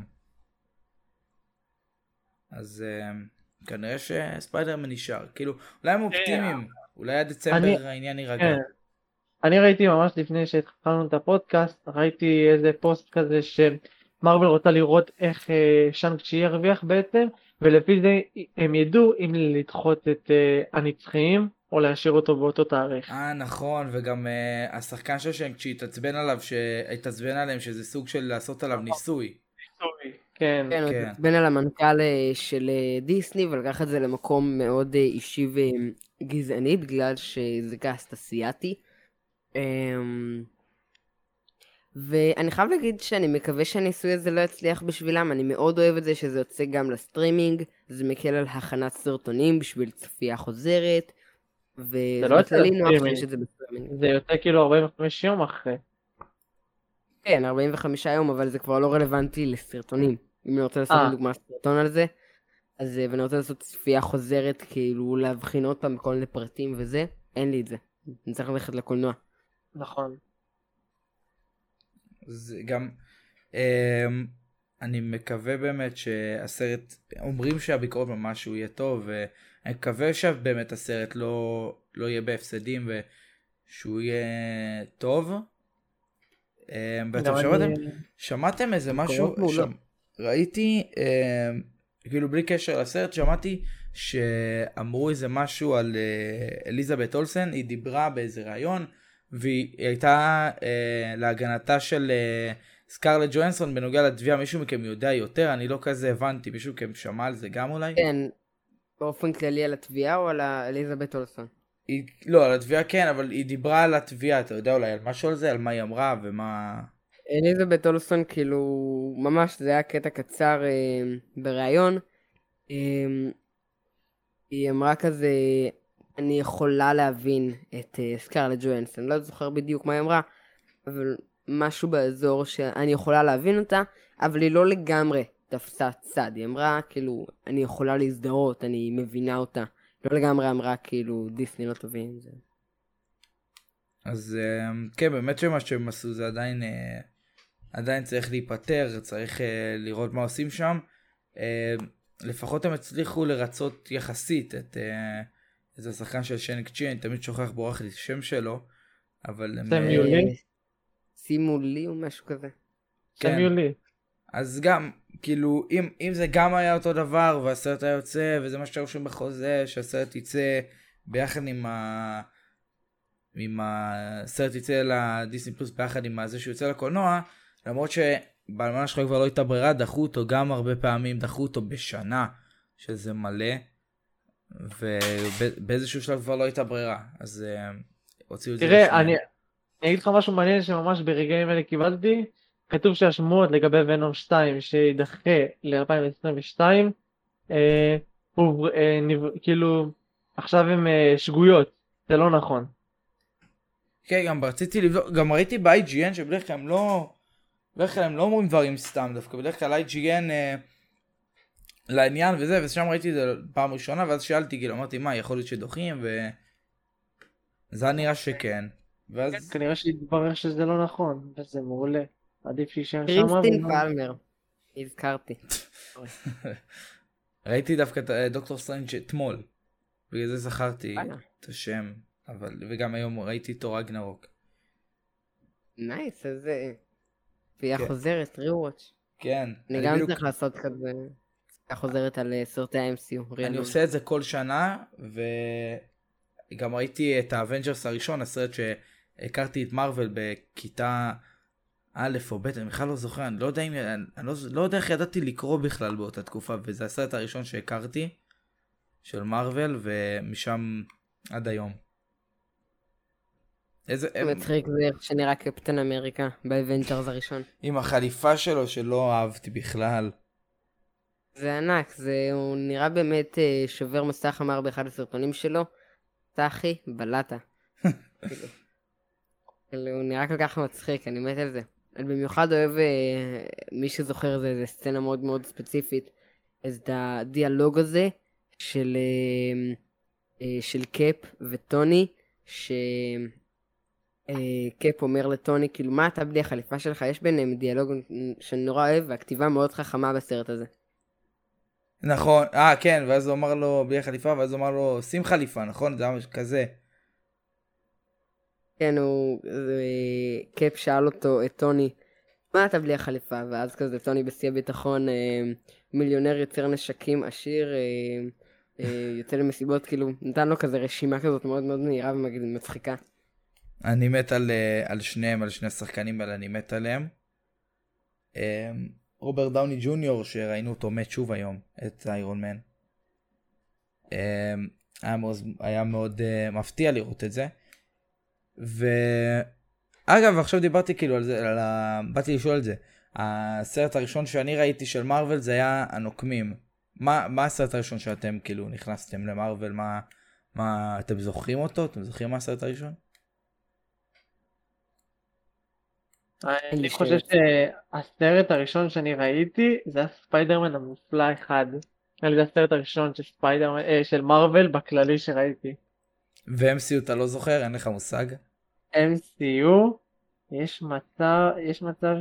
A: אז כנראה שספיידרמן נשאר. כאילו, אולי הם אופטימיים. אולי עד דצמבר העניין יירגע.
C: כן. אני ראיתי ממש לפני שהתחלנו את הפודקאסט, ראיתי איזה פוסט כזה שמרוול רוצה לראות איך שאנג צ'י ירוויח בעצם, ולפי זה הם ידעו אם לדחות את הנצחיים או להשאיר אותו באותו תאריך.
A: נכון, וגם השחקן של שיינג צ'י התעצבן עליהם שזה סוג של לעשות עליו ניסוי.
C: כן.
B: כן, הוא
A: כן.
B: התעצבן על המנכ"ל של דיסני, ולקח את זה למקום מאוד אישי וגזעני, בגלל שזה קאסט אסיאתי. ואני חייב להגיד שאני מקווה שהניסוי הזה לא יצליח בשבילם. אני מאוד אוהב את זה שזה יוצא גם לסטרימינג, זה מקל על הכנת סרטונים בשביל צפייה חוזרת, וזה
C: לא יוצא
B: בכללי נוח
C: לסטרימינג.
B: שיש את זה בסטרימינג.
C: זה יוצא כאילו 45 יום אחרי.
B: כן, 45 יום, אבל זה כבר לא רלוונטי לסרטונים. אם אני רוצה לעשות לדוגמה סרטון על זה, אז ואני רוצה לעשות צפייה חוזרת, כאילו להבחין עוד פעם בכל מיני פרטים וזה, אין לי את זה. אני צריך ללכת לקולנוע.
C: נכון.
A: זה גם אני מקווה באמת שהסרט, אומרים שהביקורת ממש הוא יהיה טוב, ואני מקווה שבאמת הסרט לא יהיה בהפסדים ושהוא יהיה טוב. ואתם שמעתם איזה משהו, ראיתי כאילו בלי קשר לסרט, שמעתי שאמרו איזה משהו על אליזבת אולסן, היא דיברה באיזה ראיון, והיא הייתה להגנתה של סקרלט ג'ואנסון בנוגע לתביעה. מישהו מכם יודע יותר? אני לא כזה הבנתי. מישהו מכם שמע על זה גם אולי?
B: כן, באופן כללי על התביעה או על אליזבת אולסון?
A: לא, על התביעה כן, אבל היא דיברה על התביעה. אתה יודע אולי על משהו על זה? על מה היא אמרה ומה...
B: אליזבת אולסון כאילו ממש זה היה קטע קצר בראיון. היא אמרה כזה, אני יכולה להבין את סקרלט ג'ואנסון, לא זוכר בדיוק מה היא אמרה, אבל משהו באזור שאני יכולה להבין אותה, אבל היא לא לגמרי תפסה צד. היא אמרה כאילו אני יכולה להזדהות, אני מבינה אותה, לא לגמרי אמרה כאילו דיסני לא טובים.
A: אז כן, באמת שמה שהם עשו זה עדיין צריך להיפטר, צריך לראות מה עושים שם. לפחות הם הצליחו לרצות יחסית את השחקן של שיינג צ'י, אני תמיד שוכח בורח לי השם שלו, אבל
B: שימו לי או משהו כזה.
C: שימו לי.
A: אז גם, כאילו, אם זה גם היה אותו דבר, והסרט היה יוצא, וזה מה שאתה רושם בחוזה, שהסרט יצא ביחד עם הסרט יצא לדיסני פלוס ביחד עם זה שיוצא לקולנוע, למרות שבאלמנה שלך כבר לא הייתה ברירה, דחו אותו גם הרבה פעמים, דחו אותו בשנה, שזה מלא, ובאיזשהו שלב כבר לא הייתה ברירה, אז הוציאו את זה.
C: תראה, אני אגיד לך משהו מעניין שממש ברגעים אלה קיבלתי, כתוב שהשמועות לגבי ונום 2 שידחה ל-2022, כאילו עכשיו הם שגויות, זה לא נכון.
A: כן, גם רציתי לבדוק, גם ראיתי ב-IGN שבדרך כלל הם לא אומרים דברים סתם דווקא, בדרך כלל IGN לעניין וזה, ושם ראיתי את זה פעם ראשונה, ואז שאלתי, כאילו, אמרתי, מה, יכול להיות שדוחים, וזה נראה שכן. ואז...
C: כנראה שהתברר שזה לא נכון, וזה מעולה. עדיף שישאר שם.
B: קריסטין פלמר, הזכרתי.
A: ראיתי דווקא את דוקטור סטרנג' אתמול, בגלל זה זכרתי את השם, וגם היום ראיתי את תור רגנרוק.
B: נייס, אז צפייה חוזרת, ריוואץ'.
A: כן.
B: אני גם צריך לעשות כזה, צפייה חוזרת על סרטי ה-MCU.
A: אני עושה את זה כל שנה, וגם ראיתי את האבנג'רס הראשון, הסרט שהכרתי את מרוול בכיתה א' או ב', אני בכלל לא זוכר, אני לא יודע לא יודע איך ידעתי לקרוא בכלל באותה תקופה, וזה הסרט הראשון שהכרתי, של מארוול, ומשם עד היום.
B: מצחיק זה איך שנראה קפטן אמריקה באבנג'רס הראשון.
A: עם החליפה שלו שלא אהבתי בכלל.
B: זה ענק, הוא נראה באמת שובר מסך אמר באחד הסרטונים שלו, תחי, בלטה. הוא נראה כל כך מצחיק, אני מת על זה. אני במיוחד אוהב, מי שזוכר זה סצנה מאוד מאוד ספציפית, אז את הדיאלוג הזה של קאפ וטוני, קאפ אומר לטוני, כאילו מה אתה בלי החליפה שלך? יש ביניהם דיאלוג שאני נורא אוהב, והכתיבה מאוד חכמה בסרט הזה.
A: נכון, כן, ואז הוא אמר לו בלי חליפה, ואז הוא אמר לו שים חליפה, נכון? זה היה כזה.
B: כן, קאפ שאל אותו, את טוני, מה אתה בלי החליפה? ואז כזה טוני בשיא הביטחון, מיליונר יוצר נשקים עשיר, יוצא למסיבות, כאילו נתן לו כזה רשימה כזאת מאוד מאוד מהירה ומצחיקה.
A: אני מת על שניהם, על שני השחקנים האלה, אני מת עליהם. רוברט דאוני ג'וניור, שראינו אותו מת שוב היום, את איירון מן. היה מאוד מפתיע לראות את זה. ואגב, עכשיו דיברתי כאילו על זה, באתי לשאול על זה. הסרט הראשון שאני ראיתי של מארוול זה היה הנוקמים. מה הסרט הראשון שאתם כאילו נכנסתם למארוול? מה אתם זוכרים אותו? אתם זוכרים מה הסרט הראשון?
C: אני חושב שהסרט הראשון שאני ראיתי זה הספיידרמן המופלא אחד. זה הסרט הראשון של מארוול בכללי שראיתי.
A: ו-MCU אתה לא זוכר? אין לך מושג?
C: MCU יש מצב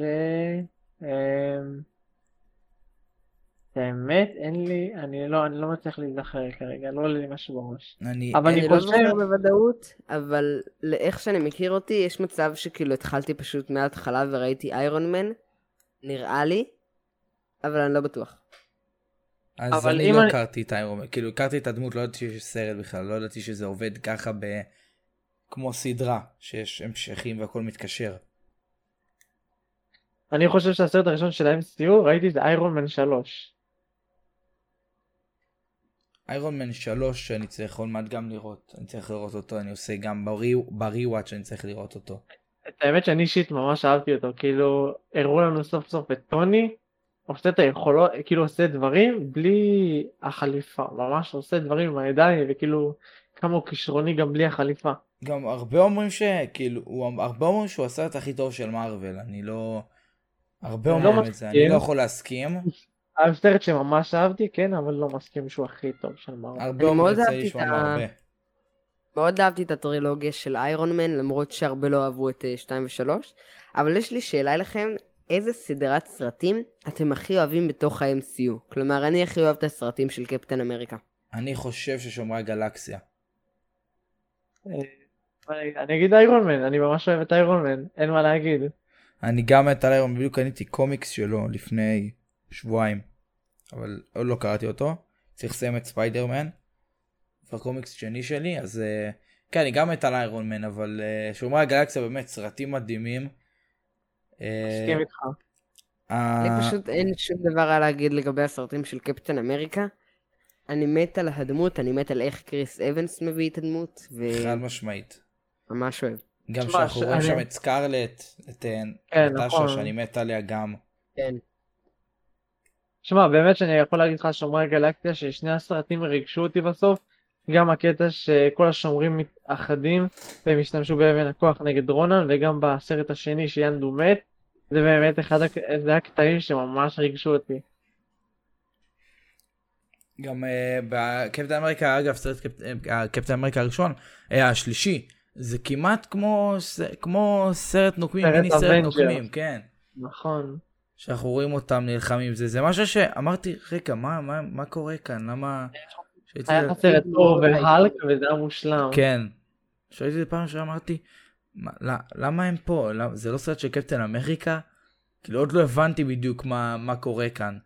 C: באמת אין לי, אני לא מצליח להיזכר כרגע, לא עולה לי משהו בראש. אבל
B: אני לא זוכר בוודאות, אבל לאיך שאני מכיר אותי, יש מצב שכאילו התחלתי פשוט מההתחלה וראיתי איירון מן, נראה לי, אבל אני לא בטוח.
A: אז אני לא הכרתי את איירון מן, כאילו הכרתי את הדמות, לא ידעתי שיש סרט בכלל, לא ידעתי שזה עובד ככה כמו סדרה, שיש המשכים והכל מתקשר.
C: אני חושב שהסרט הראשון של ה-MCU ראיתי זה איירון מן 3.
A: איירון מן 3 שאני צריך עוד מעט גם לראות, אני צריך לראות אותו, אני עושה גם ברי-וואץ' שאני צריך לראות אותו.
C: את האמת שאני אישית ממש אהבתי אותו, כאילו הראו לנו סוף סוף את טוני, עושה את היכולות, כאילו עושה דברים בלי החליפה, ממש עושה דברים עם הידיים וכאילו כמה הוא כישרוני גם בלי החליפה.
A: גם הרבה אומרים שהוא הסרט הכי טוב של מארוול, אני לא... הרבה אומרים את זה, אני לא יכול להסכים.
C: הסרט שממש אהבתי, כן, אבל לא מסכים שהוא הכי טוב של מארוול.
A: הרבה אומרים את זה, לשמוע הרבה.
B: מאוד אהבתי את הטרילוגיה של איירון מן, למרות שהרבה לא אהבו את 2 ו-3, אבל יש לי שאלה אליכם, איזה סדרת סרטים אתם הכי אוהבים בתוך ה-MCU? כלומר, אני הכי אוהב את הסרטים של קפטן אמריקה.
A: אני חושב ששומרי גלקסיה.
C: אני אגיד איירון מן, אני ממש אוהב את איירון מן, אין מה להגיד.
A: אני גם את איירון מן, בדיוק קניתי קומיקס שלו לפני שבועיים, אבל עוד לא קראתי אותו, צריך לסיים את ספיידרמן, והקומיקס שני שלי, אז כן, אני גם את איירון מן, אבל שומרי הגלקסיה באמת סרטים מדהימים.
C: מסכים איתך.
B: לי פשוט אין שום דבר על להגיד לגבי הסרטים של קפטן אמריקה. אני מת על הדמות, אני מת על איך קריס אבנס מביא את הדמות.
A: חד משמעית.
B: ממש אוהב.
A: גם שאנחנו רואים שם את סקרלט, את נטשה, שאני מת עליה גם.
B: כן.
C: שמע, באמת שאני יכול להגיד לך שומרי הגלקסיה, ששני הסרטים ריגשו אותי בסוף. גם הקטע שכל השומרים מתאחדים, והם השתמשו באבן הכוח נגד רונן, וגם בסרט השני שיאנדו מת. זה באמת זה הקטעים שממש ריגשו אותי.
A: גם בקפטן אמריקה, אגב, סרט קפטן אמריקה הראשון, השלישי, זה כמעט כמו סרט נוקמים, מיני סרט נוקמים, כן.
C: נכון.
A: שאנחנו רואים אותם נלחמים, זה משהו שאמרתי, רגע, מה קורה כאן? למה...
C: היה חסר את אור והלק וזה היה מושלם.
A: כן. שהייתי פעם שאמרתי, למה הם פה? זה לא סרט של קפטן אמריקה? כאילו עוד לא הבנתי בדיוק מה קורה כאן.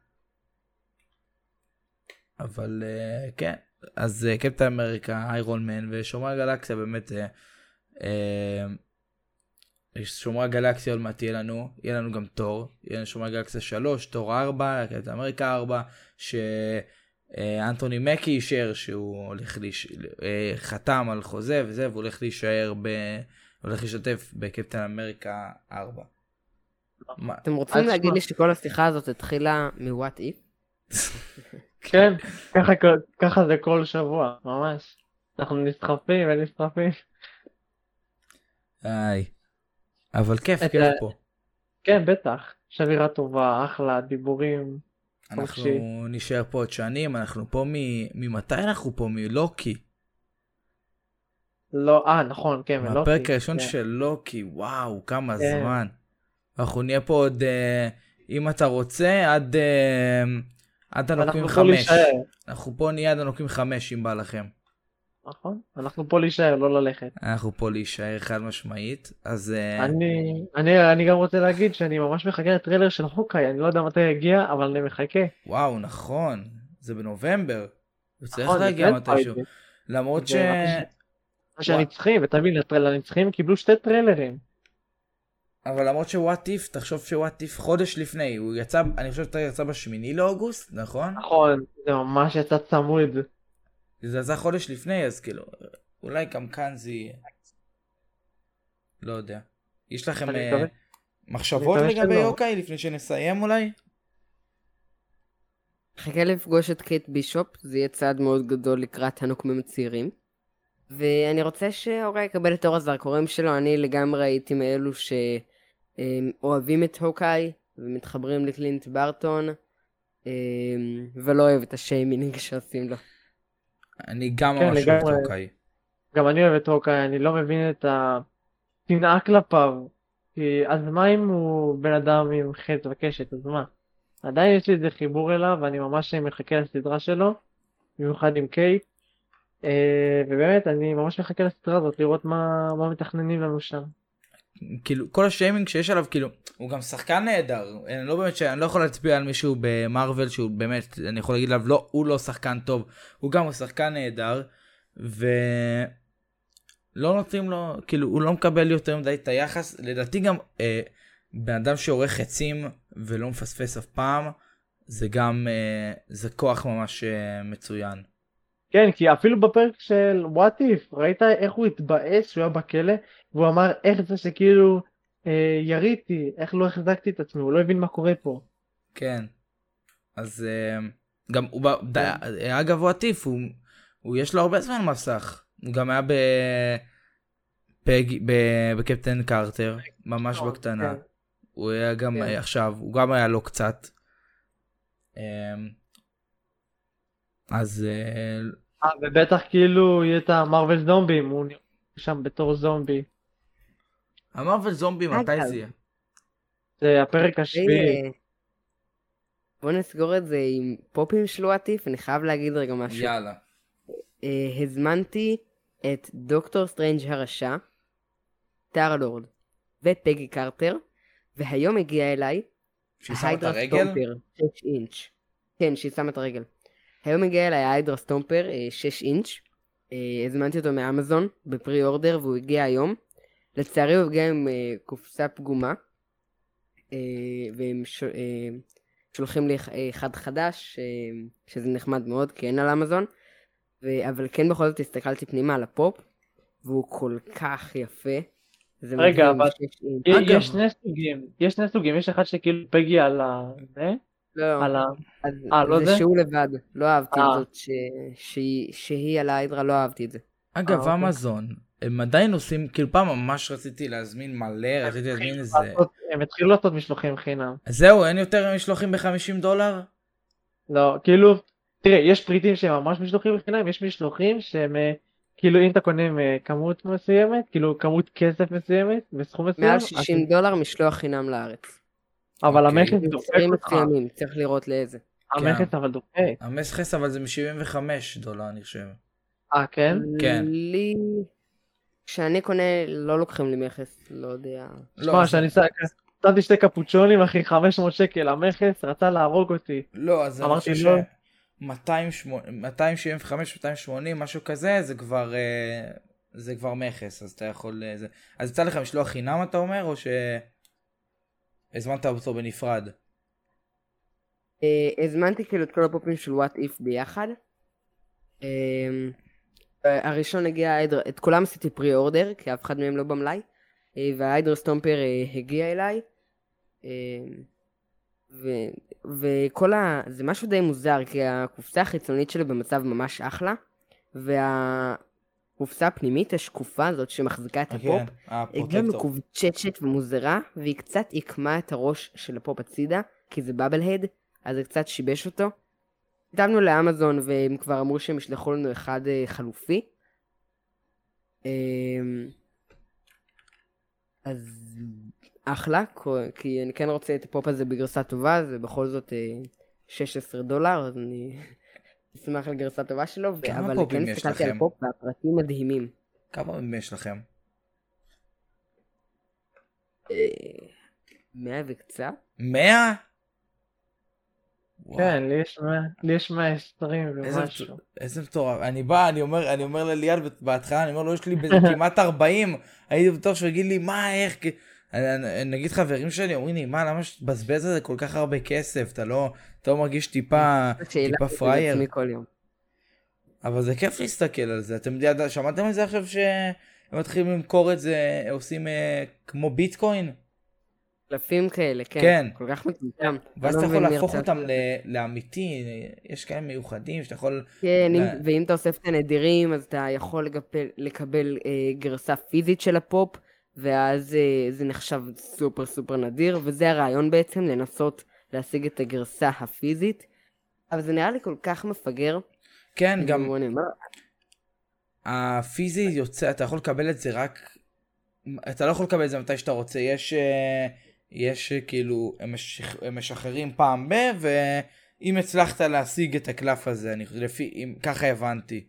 A: אבל כן, אז קפטן אמריקה, איירון מן ושומרי הגלקסיה באמת יש שומרי הגלקסיה עוד מעט יהיה לנו גם תור, יהיה לנו שומרי הגלקסיה 3, תור 4, קפטן אמריקה 4, שאנתוני מקי אישר שהוא הולך חתם על חוזה וזה, והוא הולך להישאר הולך להשתתף בקפטן אמריקה 4.
B: אתם רוצים להגיד לי שכל השיחה הזאת התחילה מ-What If?
C: כן, ככה זה כל שבוע, ממש. אנחנו נסחפים ונסחפים.
A: אבל כיף פה.
C: כן, בטח. שבירה טובה, אחלה, דיבורים.
A: אנחנו נשאר פה עוד שנים, אנחנו פה ממתי אנחנו פה? מלוקי.
C: לא, נכון, כן, מלוקי.
A: הפרק הראשון של לוקי, וואו, כמה זמן. אנחנו נהיה פה עוד, אם אתה רוצה, עד הנוקמים 5. אנחנו פה נהיה עד הנוקמים 5 אם בא לכם.
C: נכון, אנחנו פה להישאר, לא ללכת.
A: אנחנו פה להישאר חד משמעית, אז...
C: אני גם רוצה להגיד שאני ממש מחכה לטריילר של הוקאי, אני לא יודע מתי יגיע, אבל אני מחכה.
A: וואו, נכון, זה בנובמבר. הוא צריך להגיע מתישהו. למרות
C: שהנצחים, ותבין, לנצחים קיבלו 2 טריילרים.
A: אבל למרות שוואט איף, תחשוב שוואט איף חודש לפני, הוא יצא, אני חושב שאתה יצא ב8 לאוגוסט, נכון?
C: נכון, זה ממש יצא צמוד.
A: זה יצא חודש לפני, אז כאילו, אולי גם כאן זה יהיה. לא יודע. יש לכם מחשבות לגבי יוקאי לפני שנסיים אולי?
B: חכה לפגוש את קייט בישופ, זה יהיה צעד מאוד גדול לקראת הנוקמים הצעירים. ואני רוצה שהוקאי יקבל את אור הזרקורים שלו, אני לגמרי הייתי מאלו שאוהבים את הוקאי ומתחברים לקלינט ברטון, ולא אוהב את השיימינג שעושים לו.
A: אני גם ממש אוהב את הוקאי.
C: גם אני אוהב את הוקאי, אני לא מבין את השנאה כלפיו. כי אז מה אם הוא בן אדם עם חץ וקשת, אז מה? עדיין יש לי איזה חיבור אליו, ואני ממש מחכה לסדרה שלו, במיוחד עם קייט. ובאמת אני ממש מחכה לסדרה הזאת, לראות מה מתכננים לנו שם.
A: כאילו כל השיימינג שיש עליו, כאילו הוא גם שחקן נהדר. אני לא יכול להצביע על מישהו במרוול שהוא באמת, אני יכול להגיד עליו, לא, הוא לא שחקן טוב, הוא גם שחקן נהדר, ולא נותנים לו, כאילו הוא לא מקבל יותר מדי את היחס. לדעתי גם בן אדם שעורך חצים ולא מפספס אף פעם, זה גם זה כוח ממש מצוין.
C: כן, כי אפילו בפרק של What If, ראית איך הוא התבאס שהוא היה בכלא, והוא אמר איך זה שכאילו יריתי, איך לא החזקתי את עצמי, הוא לא הבין מה קורה פה.
A: כן, אז גם, אגב What If, הוא יש לו הרבה זמן מסך, הוא גם היה בקפטן קארטר, ממש בקטנה, הוא היה גם עכשיו, הוא גם היה לו קצת, אז...
C: ובטח כאילו יהיה את המרוול זומבים, הוא נראה שם בתור זומבי.
A: המרוול זומבי מתי זה יהיה?
C: זה הפרק השביעי.
B: בוא נסגור את זה עם פופים של What If, אני חייב להגיד רגע משהו.
A: יאללה.
B: הזמנתי את דוקטור סטרנג' הרשע, סטאר-לורד ופגי קארטר, והיום הגיע אליי
A: שהיא שמה את הרגל?
B: 6 אינץ'. כן, שהיא שמה את הרגל. היום הגיע אליי ההיידרה סטומפר 6 אינץ'. הזמנתי אותו מאמזון בפרי אורדר והוא הגיע היום. לצערי הוא הגיע עם קופסה פגומה. והם שולחים לי אחד חדש, שזה נחמד מאוד כי אין על אמזון. אבל כן בכל זאת הסתכלתי פנימה על הפופ, והוא כל כך יפה.
C: רגע, אבל יש שני סוגים, יש אחד שכאילו פגי על זה.
B: לא, זה שהוא לבד, לא אהבתי את זאת שהיא על ההיידרה, לא אהבתי את זה.
A: אגב, אמזון, הם עדיין עושים, כאילו פעם ממש רציתי להזמין מלא, רציתי להזמין איזה...
C: הם התחילו לעשות משלוחים חינם.
A: זהו, אין יותר משלוחים $50?
C: לא, כאילו, תראה, יש פריטים שהם ממש משלוחים חינם, יש משלוחים שהם, כאילו אם אתה קונה כמות מסוימת, כאילו כמות כסף מסוימת, וסכום מסוים...
B: מעל $60 משלוח חינם לארץ.
C: אבל המכס דופק אותך.
B: צריך לראות לאיזה.
C: המכס אבל דופק.
A: המכס אבל זה $75 אני חושב.
C: כן?
A: כן.
B: לי... כשאני קונה לא לוקחים לי מכס, לא יודע.
C: שמע, שאני שמתי 2 קפוצ'ונים אחי, 500 שקל, המכס רצה להרוג אותי.
A: לא, אז אני חושב ש... 275, 280, משהו כזה, זה כבר זה כבר מכס, אז אתה יכול... אז יצא לך משלוח חינם אתה אומר, או שהזמנת אותו בנפרד?
B: הזמנתי כאילו את כל הפופים של What If ביחד. הראשון הגיע, את כולם עשיתי פרי אורדר, כי אף אחד מהם לא במלאי, וההיידר סטומפר הגיע אליי, זה משהו די מוזר, כי הקופסה החיצונית שלי במצב ממש אחלה, והקופסה הפנימית השקופה הזאת שמחזיקה את הפופ, היא גם מקובצ'צ'ת ומוזרה, והיא קצת עיקמה את הראש של הפופ הצידה, כי זה בבל-הד, אז זה קצת שיבש אותו. כתבנו לאמזון והם כבר אמרו שהם ישלחו לנו אחד חלופי. אז אחלה, כי אני כן רוצה את הפופ הזה בגרסה טובה, זה בכל זאת $16, אז אני אשמח על גרסה טובה שלו.
A: כמה פופים יש לכם?
B: על הפופ והפרטים מדהימים.
A: כמה פופים יש לכם?
B: 100 וקצת.
A: 100?
C: כן, לי יש 120 ומשהו.
A: איזה מטורף. אני אומר לליאל בהתחלה, אני אומר לו, יש לי כמעט 40, הייתי בטוח שהוא יגיד לי, מה, איך, נגיד חברים שלי, אומרים לי, מה, למה שבזבז על זה כל כך הרבה כסף, אתה לא מרגיש טיפה פרייר. אבל זה כיף להסתכל על זה, אתם שמעתם על זה עכשיו שהם מתחילים למכור את זה, עושים כמו ביטקוין?
B: קלפים כאלה, כן. כל כך מטומטם.
A: ואז אתה יכול להפוך אותם לאמיתי, יש כאלה מיוחדים שאתה יכול...
B: כן, ואם אתה אוסף את הנדירים, אז אתה יכול לקבל גרסה פיזית של הפופ, ואז זה נחשב סופר סופר נדיר, וזה הרעיון בעצם, לנסות להשיג את הגרסה הפיזית, אבל זה נראה לי כל כך מפגר.
A: כן, גם... הפיזי יוצא, אתה יכול לקבל את זה רק... אתה לא יכול לקבל את זה מתי שאתה רוצה, יש כאילו, הם משחררים פעם ואם הצלחת להשיג את הקלף הזה, ככה הבנתי.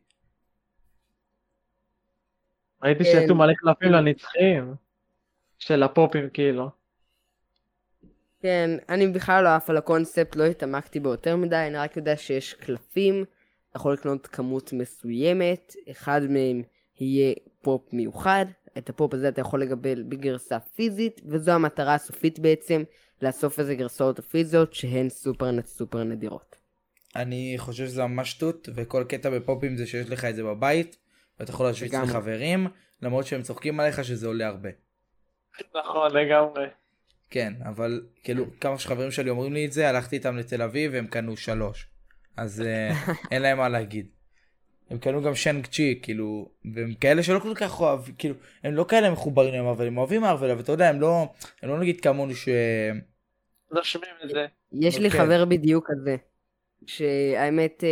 C: ראיתי שיצאו מלא קלפים לנצחים של הפופים כאילו.
B: כן, אני בכלל לא אף על הקונספט, לא התעמקתי בו יותר מדי, אני רק יודע שיש קלפים, אתה יכול לקנות כמות מסוימת, אחד מהם יהיה פופ מיוחד, את הפופ הזה אתה יכול לקבל בגרסה פיזית, וזו המטרה הסופית בעצם, לאסוף איזה גרסאות פיזיות שהן סופר נדירות.
A: אני חושב שזה ממש שטות, וכל קטע בפופים זה שיש לך את זה בבית, ואתה יכול להשוויץ לחברים, למרות שהם צוחקים עליך שזה עולה הרבה.
C: נכון, לגמרי.
A: כן, אבל כאילו כמה שחברים שלי אומרים לי את זה, הלכתי איתם לתל אביב והם קנו 3, אז אין להם מה להגיד. הם קנו גם שנג צ'י, כאילו, והם כאלה שלא כל כך אוהב, כאילו, הם לא כאלה מחוברים להם, אבל הם אוהבים מארוול, ואתה יודע, הם לא נגיד כמונו
C: לא שומעים את זה.
B: יש לי חבר בדיוק כזה, שהאמת,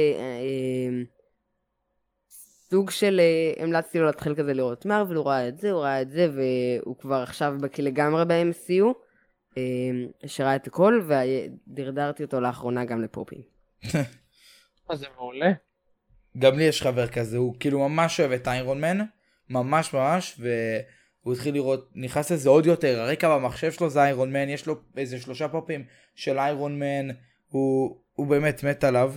B: סוג של, המלצתי לו להתחיל כזה לראות מארוול, הוא ראה את זה, והוא כבר עכשיו בקי לגמרי ב-MCU, שראה את הכל, ודרדרתי אותו לאחרונה גם לפופים.
C: אז זה מעולה.
A: גם לי יש חבר כזה, הוא כאילו ממש אוהב את איירון מן, ממש, והוא התחיל לראות, נכנס לזה עוד יותר, הרקע במחשב שלו זה איירון מן, יש לו איזה 3 פופים של איירון מן, הוא באמת מת עליו,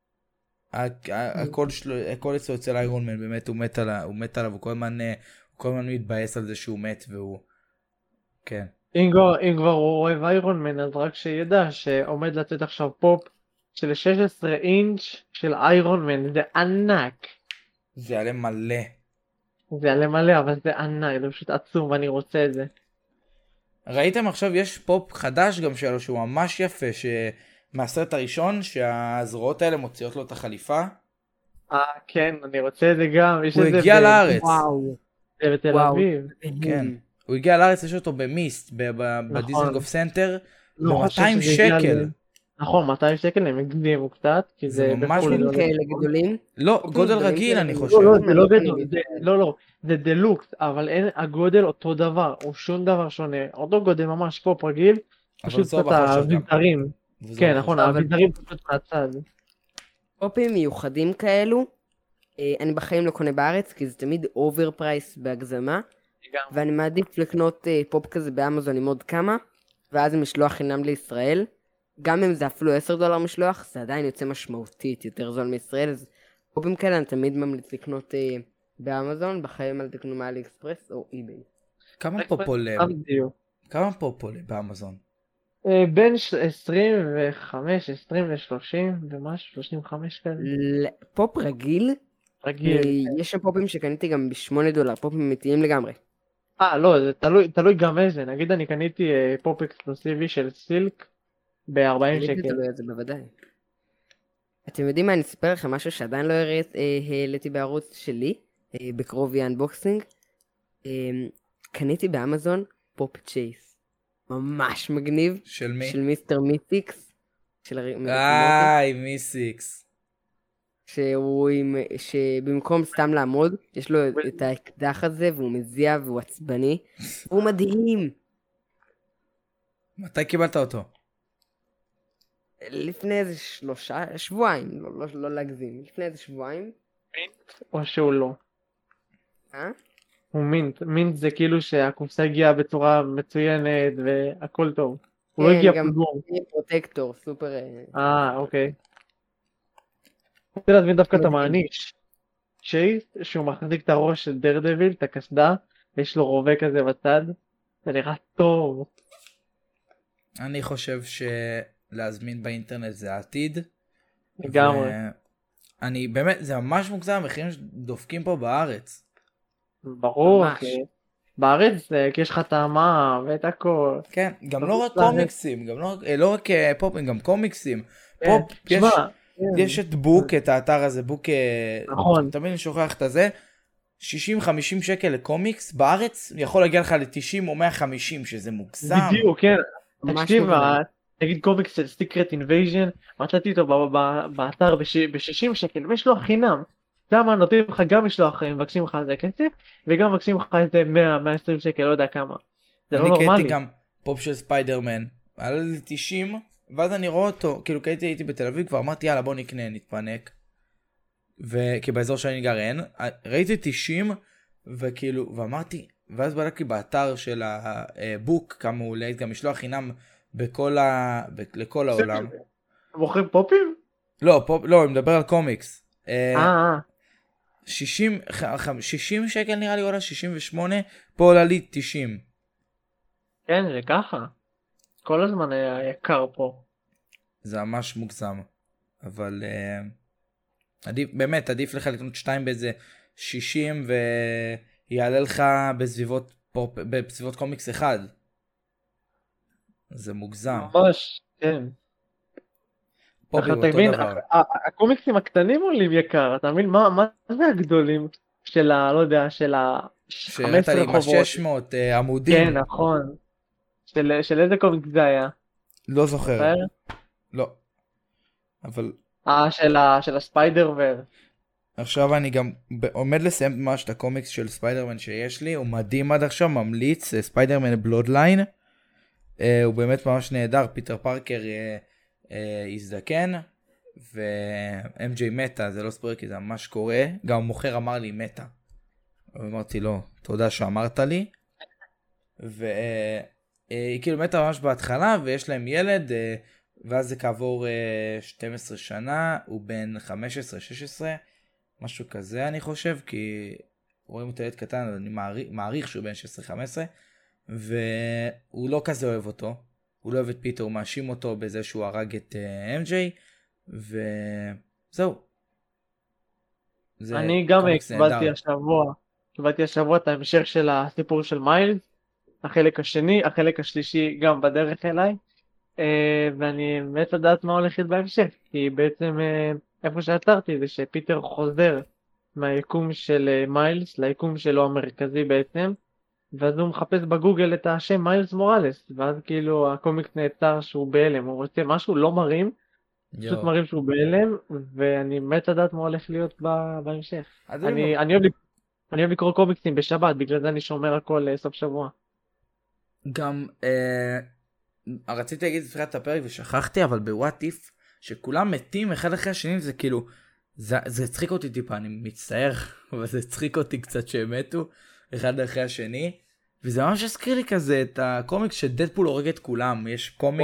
A: הכל אצל איירון מן, באמת הוא מת עליו, הוא כל הזמן מתבאס על זה שהוא מת, והוא, כן.
C: אם כבר הוא אוהב איירון מן, אז רק שידע שעומד לצאת עכשיו פופ, של 16 אינץ' של איירון מן, זה ענק.
A: זה יעלה מלא.
C: זה יעלה מלא, אבל זה ענק, זה פשוט עצום ואני רוצה את זה.
A: ראיתם עכשיו יש פופ חדש גם שלו שהוא ממש יפה, מהסרט הראשון שהזרועות האלה מוציאות לו את החליפה.
C: כן, אני רוצה את זה גם.
A: הוא הגיע לארץ.
B: וואו.
C: זה בתל אביב.
A: כן. הוא הגיע לארץ, יש אותו במיסט, בדיזנגוף סנטר, ב-200 שקל.
C: נכון, 200 שקל הם הגדימו קצת, כי זה
A: ממש
B: כאלה גדולים.
A: לא, גודל רגיל אני חושב.
C: לא, זה לא גדול, לא, זה דלוקס, אבל אין, הגודל אותו דבר, או שום דבר שונה, אותו גודל ממש פופ רגיל, פשוט קצת הוויתרים. כן, נכון, הוויתרים פשוט מהצד.
B: פופים מיוחדים כאלו, אני בחיים לא קונה בארץ, כי זה תמיד אובר פרייס בהגזמה, ואני מעדיף לקנות פופ כזה באמזון עם עוד כמה, ואז משלוח חינם לישראל. גם אם זה אפילו $10 משלוח, זה עדיין יוצא משמעותית יותר זול מישראל, אז פופים כאלה אני תמיד ממליץ לקנות באמזון, בחיים אל תקנו מאלי אקספרס או איביי.
A: כמה פופ עולה?
C: בדיוק.
A: כמה פופ עולה באמזון?
C: בין 25, 20 ל-30 ומשהו, 35 כאלה.
B: פופ רגיל,
C: רגיל.
B: יש שם פופים שקניתי גם $8, פופים אמיתיים לגמרי.
C: לא, זה תלוי גם איזה. נגיד אני קניתי פופ אקסקלוסיבי של סילק ב-40
B: אני
C: שקל.
B: תלוי את זה בוודאי. אתם יודעים מה, אני אספר לכם משהו שעדיין לא העליתי בערוץ שלי, בקרוב יהיה אנבוקסינג. קניתי באמזון פופ צ'ייס. ממש מגניב.
A: של מי?
B: של מיסטר מיסיקס.
A: מיסיקס.
B: שבמקום סתם לעמוד, יש לו את האקדח הזה, והוא מזיע והוא עצבני. הוא מדהים.
A: מתי קיבלת אותו?
B: לפני איזה שבועיים, לא להגזים, לפני איזה שבועיים.
C: או שהוא לא.
B: אה?
C: הוא מינט. מינט זה כאילו שהקופסה הגיעה בצורה מצוינת והכל טוב. הוא לא הגיע פגום.
B: כן, גם פרוטקטור, סופר...
C: אוקיי. אני רוצה להזמין דווקא את המעניש. צ'ייס, שהוא מחזיק את הראש של דרדוויל, את הקסדה, ויש לו רובה כזה בצד. זה נראה טוב.
A: אני חושב שלהזמין באינטרנט זה העתיד.
C: לגמרי.
A: אני באמת, זה ממש מוגזם, המחירים שדופקים פה בארץ.
C: ברור, אחי. בארץ, כי יש לך טעמה ואת הכל.
A: כן, גם לא רק קומיקסים, גם לא רק פופים, גם קומיקסים. פופ, יש את בוק, את האתר הזה, בוק,
C: נכון.
A: תמיד אני שוכח את הזה, 60-50 שקל לקומיקס, בארץ יכול להגיע לך ל-90 או 150, שזה מוגזם.
C: בדיוק, כן. תקשיב, נגיד קומיקס של סיקרט אינבייז'ן, מצאתי אותו באתר ב-60 שקל, ויש לו חינם. למה נותנים לך גם משלוח, מבקשים לך על זה כסף, וגם מבקשים לך איזה 100-120 שקל, לא יודע כמה. זה לא נורמלי.
A: אני קראתי גם פופ של ספיידרמן, עלה לי 90, ואז אני רואה אותו, כאילו הייתי בתל אביב, כבר אמרתי יאללה בוא נקנה, נתפנק. כי באזור שאני גר אין, ראיתי 90, וכאילו, ואמרתי, ואז בדקתי באתר של הבוק, כמה הוא עולה, גם משלוח חינם לכל העולם.
C: מוכרים פופים?
A: לא, אני מדבר על קומיקס. 60 שקל נראה לי עולה, 68, פה עולה לי 90.
C: כן, זה ככה. כל הזמן היה יקר פה.
A: זה ממש מוגזם. אבל באמת, עדיף לך לקנות 2 באיזה 60 ויעלה לך בסביבות קומיקס 1. זה מוגזם.
C: ממש, כן.
A: פופים אותו דבר.
C: הקומיקסים הקטנים עולים יקר, אתה מבין? מה זה הגדולים של לא יודע, של 15
A: רחובות? שהראית לי עם 600 עמודים.
C: כן, נכון. של איזה קומיקס זה היה?
A: לא זוכר. לא. אבל...
C: של הספיידר ור.
A: עכשיו אני גם עומד לסיים ממש את הקומיקס של ספיידרמן שיש לי, הוא מדהים עד עכשיו, ממליץ, ספיידרמן בלודליין. הוא באמת ממש נהדר, פיטר פארקר הזדקן, ו-MJ מתה, זה לא ספוילר כי זה ממש קורה, גם המוכר אמר לי מתה. ואמרתי לו, תודה שאמרת לי. והיא כאילו מתה ממש בהתחלה, ויש להם ילד, ואז זה כעבור 12 שנה, הוא בן 15-16, משהו כזה אני חושב, כי רואים אותו ילד קטן, אז אני מעריך שהוא בן 16-15, והוא לא כזה אוהב אותו, הוא לא אוהב את פיטר, הוא מאשים אותו בזה שהוא הרג את MJ, וזהו.
C: אני גם קיבלתי השבוע את ההמשך של הסיפור של מיילס, החלק השני, החלק השלישי גם בדרך אליי, ואני באמת לדעת מה הולך בהמשך, כי בעצם איפה שעצרתי זה שפיטר חוזר מהיקום של מיילס ליקום שלו המרכזי בעצם, ואז הוא מחפש בגוגל את השם מיילס מוראלס, ואז כאילו הקומיקס נעצר שהוא בהלם, הוא רוצה משהו לא מרים, פשוט מרים שהוא בהלם, ואני באמת לדעת מה הולך להיות בהמשך. אני אוהב לקרוא קומיקסים בשבת, בגלל זה אני שומר הכל סוף שבוע.
A: גם רציתי להגיד את הפרק ושכחתי, אבל בוואט איף שכולם מתים אחד אחרי השני, זה כאילו זה הצחיק אותי טיפה, אני מצטער, אבל זה הצחיק אותי קצת שהם מתו אחד אחרי השני, וזה ממש הזכיר לי כזה את הקומיקס שדדפול הורג את כולם. יש קומיקס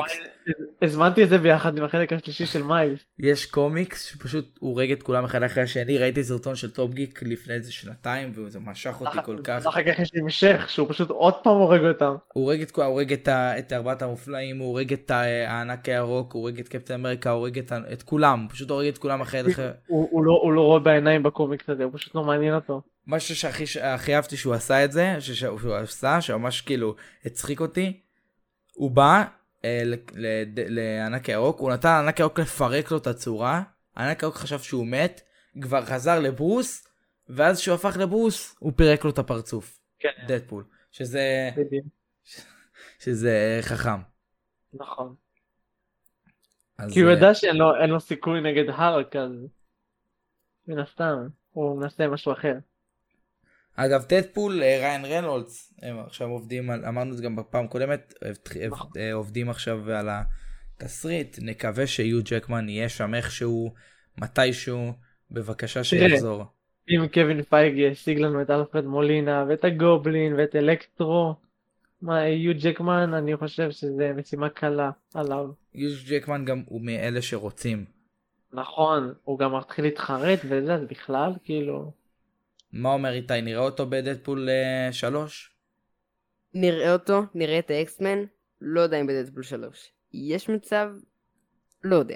C: הזמנתי את זה ביחד עם החלק השלישי של מיילס.
A: יש קומיקס שפשוט הורג את כולם אחד אחרי השני, ראיתי סרטון של טופ גיק לפני איזה שנתיים, וזה משך אותי כל כך.
C: אחר כך יש לי המשך, שהוא פשוט עוד פעם הורג אותם.
A: הוא הורג את כולם, הוא הורג את ארבעת המופלאים, הוא הורג את הענק הירוק, הוא הורג את קפטן אמריקה, הוא הורג את כולם, הוא פשוט הורג את כולם אחד אחרי.
C: הוא לא רואה בעיניים בקומיקס הזה, הוא פשוט לא מעניין אותו.
A: משהו שהכי אהבתי שהוא עשה את זה, שהוא עשה, שממש כאילו הצחיק אותי, הוא בא לענק הירוק, הוא נתן לענק הירוק לפרק לו את הצורה, הענק הירוק חשב שהוא מת, כבר חזר לברוס, ואז שהוא הפך לברוס, הוא פירק לו את הפרצוף.
C: כן.
A: דדפול.
C: בדיוק.
A: שזה חכם.
C: נכון.
A: אז,
C: כי הוא ידע שאין לו סיכוי נגד האלק, אז מן הסתם, הוא מנסה משהו אחר.
A: אגב, דדפול, ריין רנולדס, הם עכשיו עובדים על, אמרנו את זה גם בפעם קודמת, עובדים עכשיו על התסריט, נקווה שיו ג'קמן יהיה שם איכשהו, מתישהו, בבקשה שיחזור.
C: אם קווין פייגי ישיג לנו את אלפרד מולינה, ואת הגובלין, ואת אלקטרו, יו ג'קמן, אני חושב שזה משימה קלה עליו.
A: יו ג'קמן גם הוא מאלה שרוצים.
C: נכון, הוא גם מתחיל להתחרט וזה, אז בכלל, כאילו...
A: מה אומר איתי, נראה אותו בדדפול 3?
B: נראה אותו, נראה את האקסמן, לא יודע אם בדדפול 3. יש מצב? לא יודע.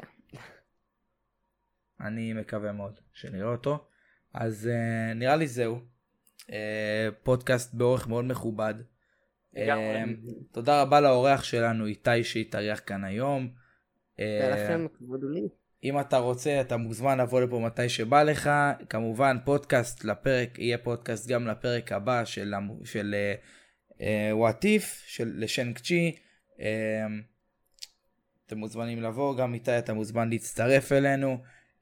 A: אני מקווה מאוד שנראה אותו. אז נראה לי זהו. פודקאסט באורך מאוד מכובד. תודה רבה לאורח שלנו איתי שהתארח כאן היום.
B: ולכם, כבוד לי.
A: אם אתה רוצה, אתה מוזמן לבוא לפה מתי שבא לך. כמובן, פודקאסט לפרק, יהיה פודקאסט גם לפרק הבא של What If, לשנג צ'י. אתם מוזמנים לבוא, גם איתי אתה מוזמן להצטרף אלינו.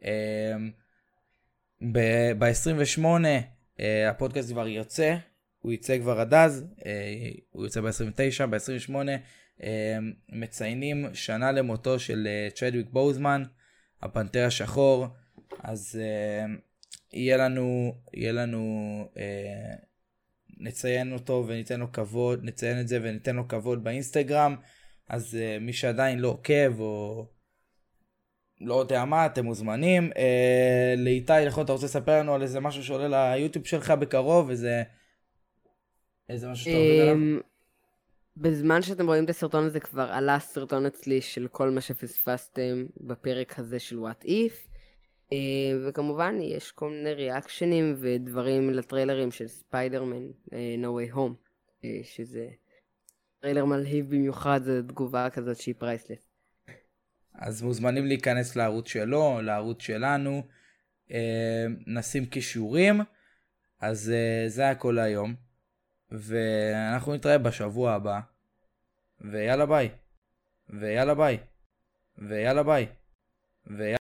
A: ב-28 הפודקאסט כבר יוצא, הוא יצא כבר עד אז, הוא יוצא ב-29, ב-28 מציינים שנה למותו של צ'דוויק בוזמן, הפנתר השחור. אז יהיה לנו נציין אותו וניתן לו כבוד, נציין את זה וניתן לו כבוד באינסטגרם. אז מי שעדיין לא עוקב או לא יודע מה, אתם מוזמנים. לאיתי, נכון, אתה רוצה לספר לנו על איזה משהו שעולה ליוטיוב שלך בקרוב, איזה משהו שאתה עובד עליו?
B: בזמן שאתם רואים את הסרטון הזה כבר עלה סרטון אצלי של כל מה שפספסתם בפרק הזה של What If, וכמובן יש כל מיני ריאקשנים ודברים לטריילרים של ספיידרמן No Way Home, שזה טריילר מלהיב במיוחד, זו תגובה כזאת שהיא פרייסלס.
A: אז מוזמנים להיכנס לערוץ שלו, לערוץ שלנו, נשים קישורים. אז זה הכל היום, ואנחנו נתראה בשבוע הבא, ויאללה ביי, ויאללה ביי, ויאללה ביי, ויאללה